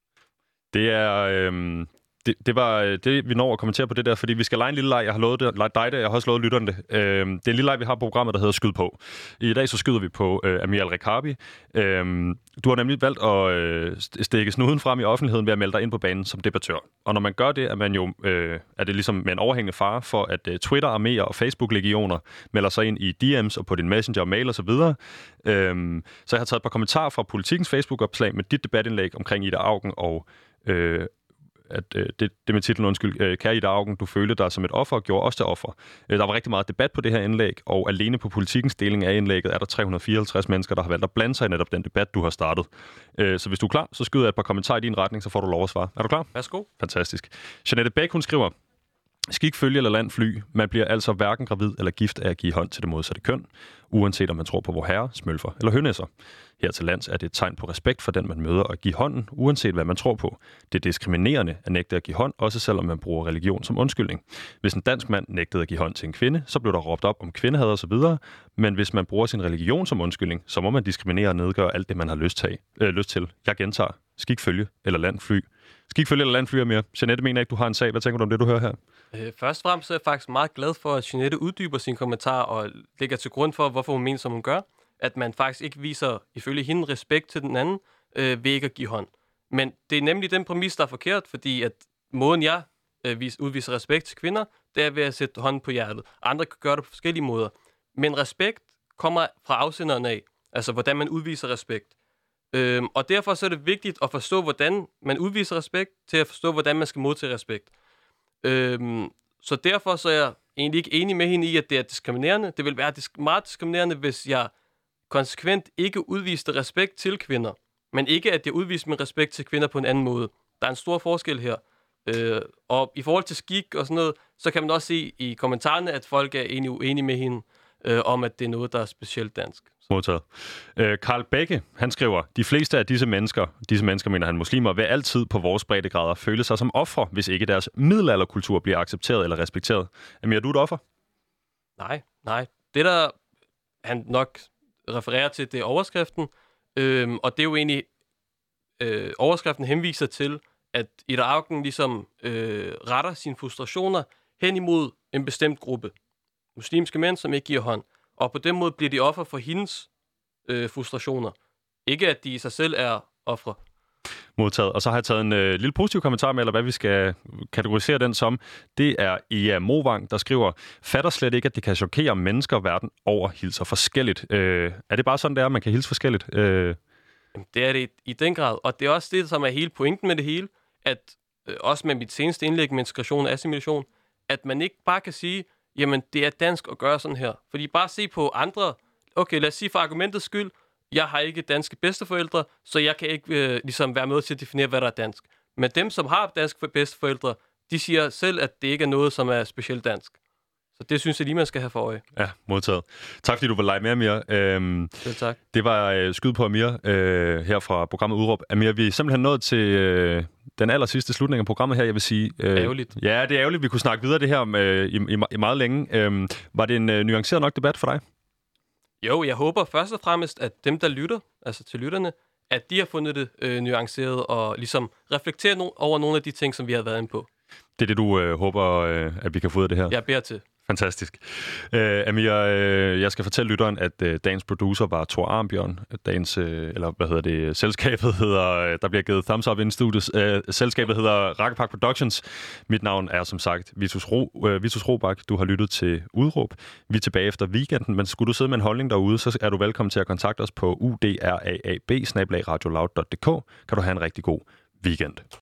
Det er... Øh, Det, det var det, vi når at kommentere på det der, fordi vi skal lege en lille leg. Jeg har lovet det, dig det, jeg har også lovet lytterne det. Øhm, det er en lille leg, vi har på programmet, der hedder Skyd på. I dag så skyder vi på øh, Amir Al-Rekabi. Øhm, du har nemlig valgt at øh, stikke snuden frem i offentligheden ved at melde dig ind på banen som debattør. Og når man gør det, er, man jo, øh, er det ligesom med en overhængende fare for, at øh, Twitter-arméer og Facebook-legioner melder sig ind i D M's og på din Messenger og mail osv. Øhm, så jeg har taget et par kommentarer fra Politikens Facebook-opslag med dit debatindlæg omkring Ida Auken og... Øh, at øh, det, det med titlen, undskyld, øh, kære Ida Auken, du følte dig som et offer og gjorde også til offer. Øh, der var rigtig meget debat på det her indlæg, og alene på Politikens deling af indlægget er der tre hundrede og fireoghalvtreds mennesker, der har valgt at blande sig i netop den debat, du har startet. Øh, så hvis du er klar, så skyder jeg et par kommentarer i din retning, så får du lov at svare. Er du klar? Værsgo. Fantastisk. Jeanette Bæk, hun skriver, skik følge eller land fly. Man bliver altså hverken gravid eller gift af at give hånd til det modsatte køn, uanset om man tror på vor herre, smølfer eller hønæsser. Her til lands er det et tegn på respekt for den, man møder og give hånden, uanset hvad man tror på. Det er diskriminerende at nægte at give hånd, også selvom man bruger religion som undskyldning. Hvis en dansk mand nægtede at give hånd til en kvinde, så blev der råbt op om kvindehad og så videre. Men hvis man bruger sin religion som undskyldning, så må man diskriminere og nedgøre alt det, man har lyst til. Øh, lyst til. Jeg gentager. Skik følge eller land fly. Skik følge eller land fly er mere. Jeanette mener ikke, du har en sag. Hvad tænker du om det, du hører her? Øh, først og fremmest er jeg faktisk meget glad for, at Jeanette uddyber sine kommentarer og lægger til grund for, hvorfor hun mener, som hun gør. At man faktisk ikke viser, ifølge hende, respekt til den anden, øh, ved ikke at give hånd. Men det er nemlig den præmis, der er forkert, fordi at måden, jeg øh, vis, udviser respekt til kvinder, det er ved at sætte hånden på hjertet. Andre kan gøre det på forskellige måder. Men respekt kommer fra afsenderen af, altså hvordan man udviser respekt. Øhm, og derfor så er det vigtigt at forstå, hvordan man udviser respekt, til at forstå, hvordan man skal modtage respekt. Øhm, så derfor så er jeg egentlig ikke enig med hende i, at det er diskriminerende. Det vil være disk- meget diskriminerende, hvis jeg konsekvent ikke udviste respekt til kvinder, men ikke at jeg udviste min respekt til kvinder på en anden måde. Der er en stor forskel her. Øh, og i forhold til skik og sådan noget, så kan man også se i kommentarerne, at folk er egentlig uenige med hende øh, om, at det er noget, der er specielt dansk. Modtaget. Øh, Karl Bække, han skriver, de fleste af disse mennesker, disse mennesker mener han muslimer, vil altid på vores breddegrader føle sig som ofre, hvis ikke deres middelalderkultur bliver accepteret eller respekteret. Amir, er du et offer? Nej, nej. Det der han nok refererer til, det er overskriften, øhm, og det er jo egentlig, øh, overskriften henviser til, at Ida Auken ligesom øh, retter sine frustrationer hen imod en bestemt gruppe. Muslimske mænd, som ikke giver hånd. Og på den måde bliver de offer for hendes øh, frustrationer. Ikke at de i sig selv er ofre. Modtaget. Og så har jeg taget en øh, lille positiv kommentar med, eller hvad vi skal kategorisere den som. Det er Ea Movang, der skriver, fatter slet ikke, at det kan chokere mennesker verden over hilser forskelligt. Øh, er det bare sådan, det er, at man kan hilse forskelligt? Øh... Det er det i, i den grad. Og det er også det, som er hele pointen med det hele, at øh, også med mit seneste indlæg med integration og assimilation, at man ikke bare kan sige, jamen det er dansk at gøre sådan her. Fordi bare se på andre, okay, lad os sige for argumentets skyld, jeg har ikke danske bedsteforældre, så jeg kan ikke øh, ligesom være med til at definere, hvad der er dansk. Men dem, som har danske bedsteforældre, de siger selv, at det ikke er noget, som er specielt dansk. Så det synes jeg lige, man skal have for øje. Ja, modtaget. Tak fordi du vil lege med, Amir. Øhm, Selv tak. Det var øh, skyd på Amir øh, her fra programmet Udråb. Amir, vi er simpelthen nået til øh, den aller sidste slutning af programmet her, jeg vil sige. Øh, ærgerligt. Ja, det er ærgerligt, vi kunne snakke videre det her med, i, i, i meget længe. Øh, var det en øh, nuanceret nok debat for dig? Jo, jeg håber først og fremmest, at dem, der lytter, altså til lytterne, at de har fundet det øh, nuanceret og ligesom reflekteret no- over nogle af de ting, som vi har været inde på. Det er det, du øh, håber, øh, at vi kan få ud af det her? Jeg beder til. Fantastisk. Øh, Amir, øh, jeg skal fortælle lytteren, at øh, dagens producer var Thor Arnbjørn. Dagens, øh, eller hvad hedder det, selskabet hedder, øh, der bliver givet thumbs up in studios. Øh, selskabet hedder Rakkepark Productions. Mit navn er som sagt Vitus, Ro, øh, Vitus Robak. Du har lyttet til Udråb. Vi er tilbage efter weekenden, men skulle du sidde med en holdning derude, så er du velkommen til at kontakte os på u d r a a b bindestreg radioloud punktum d k. Kan du have en rigtig god weekend.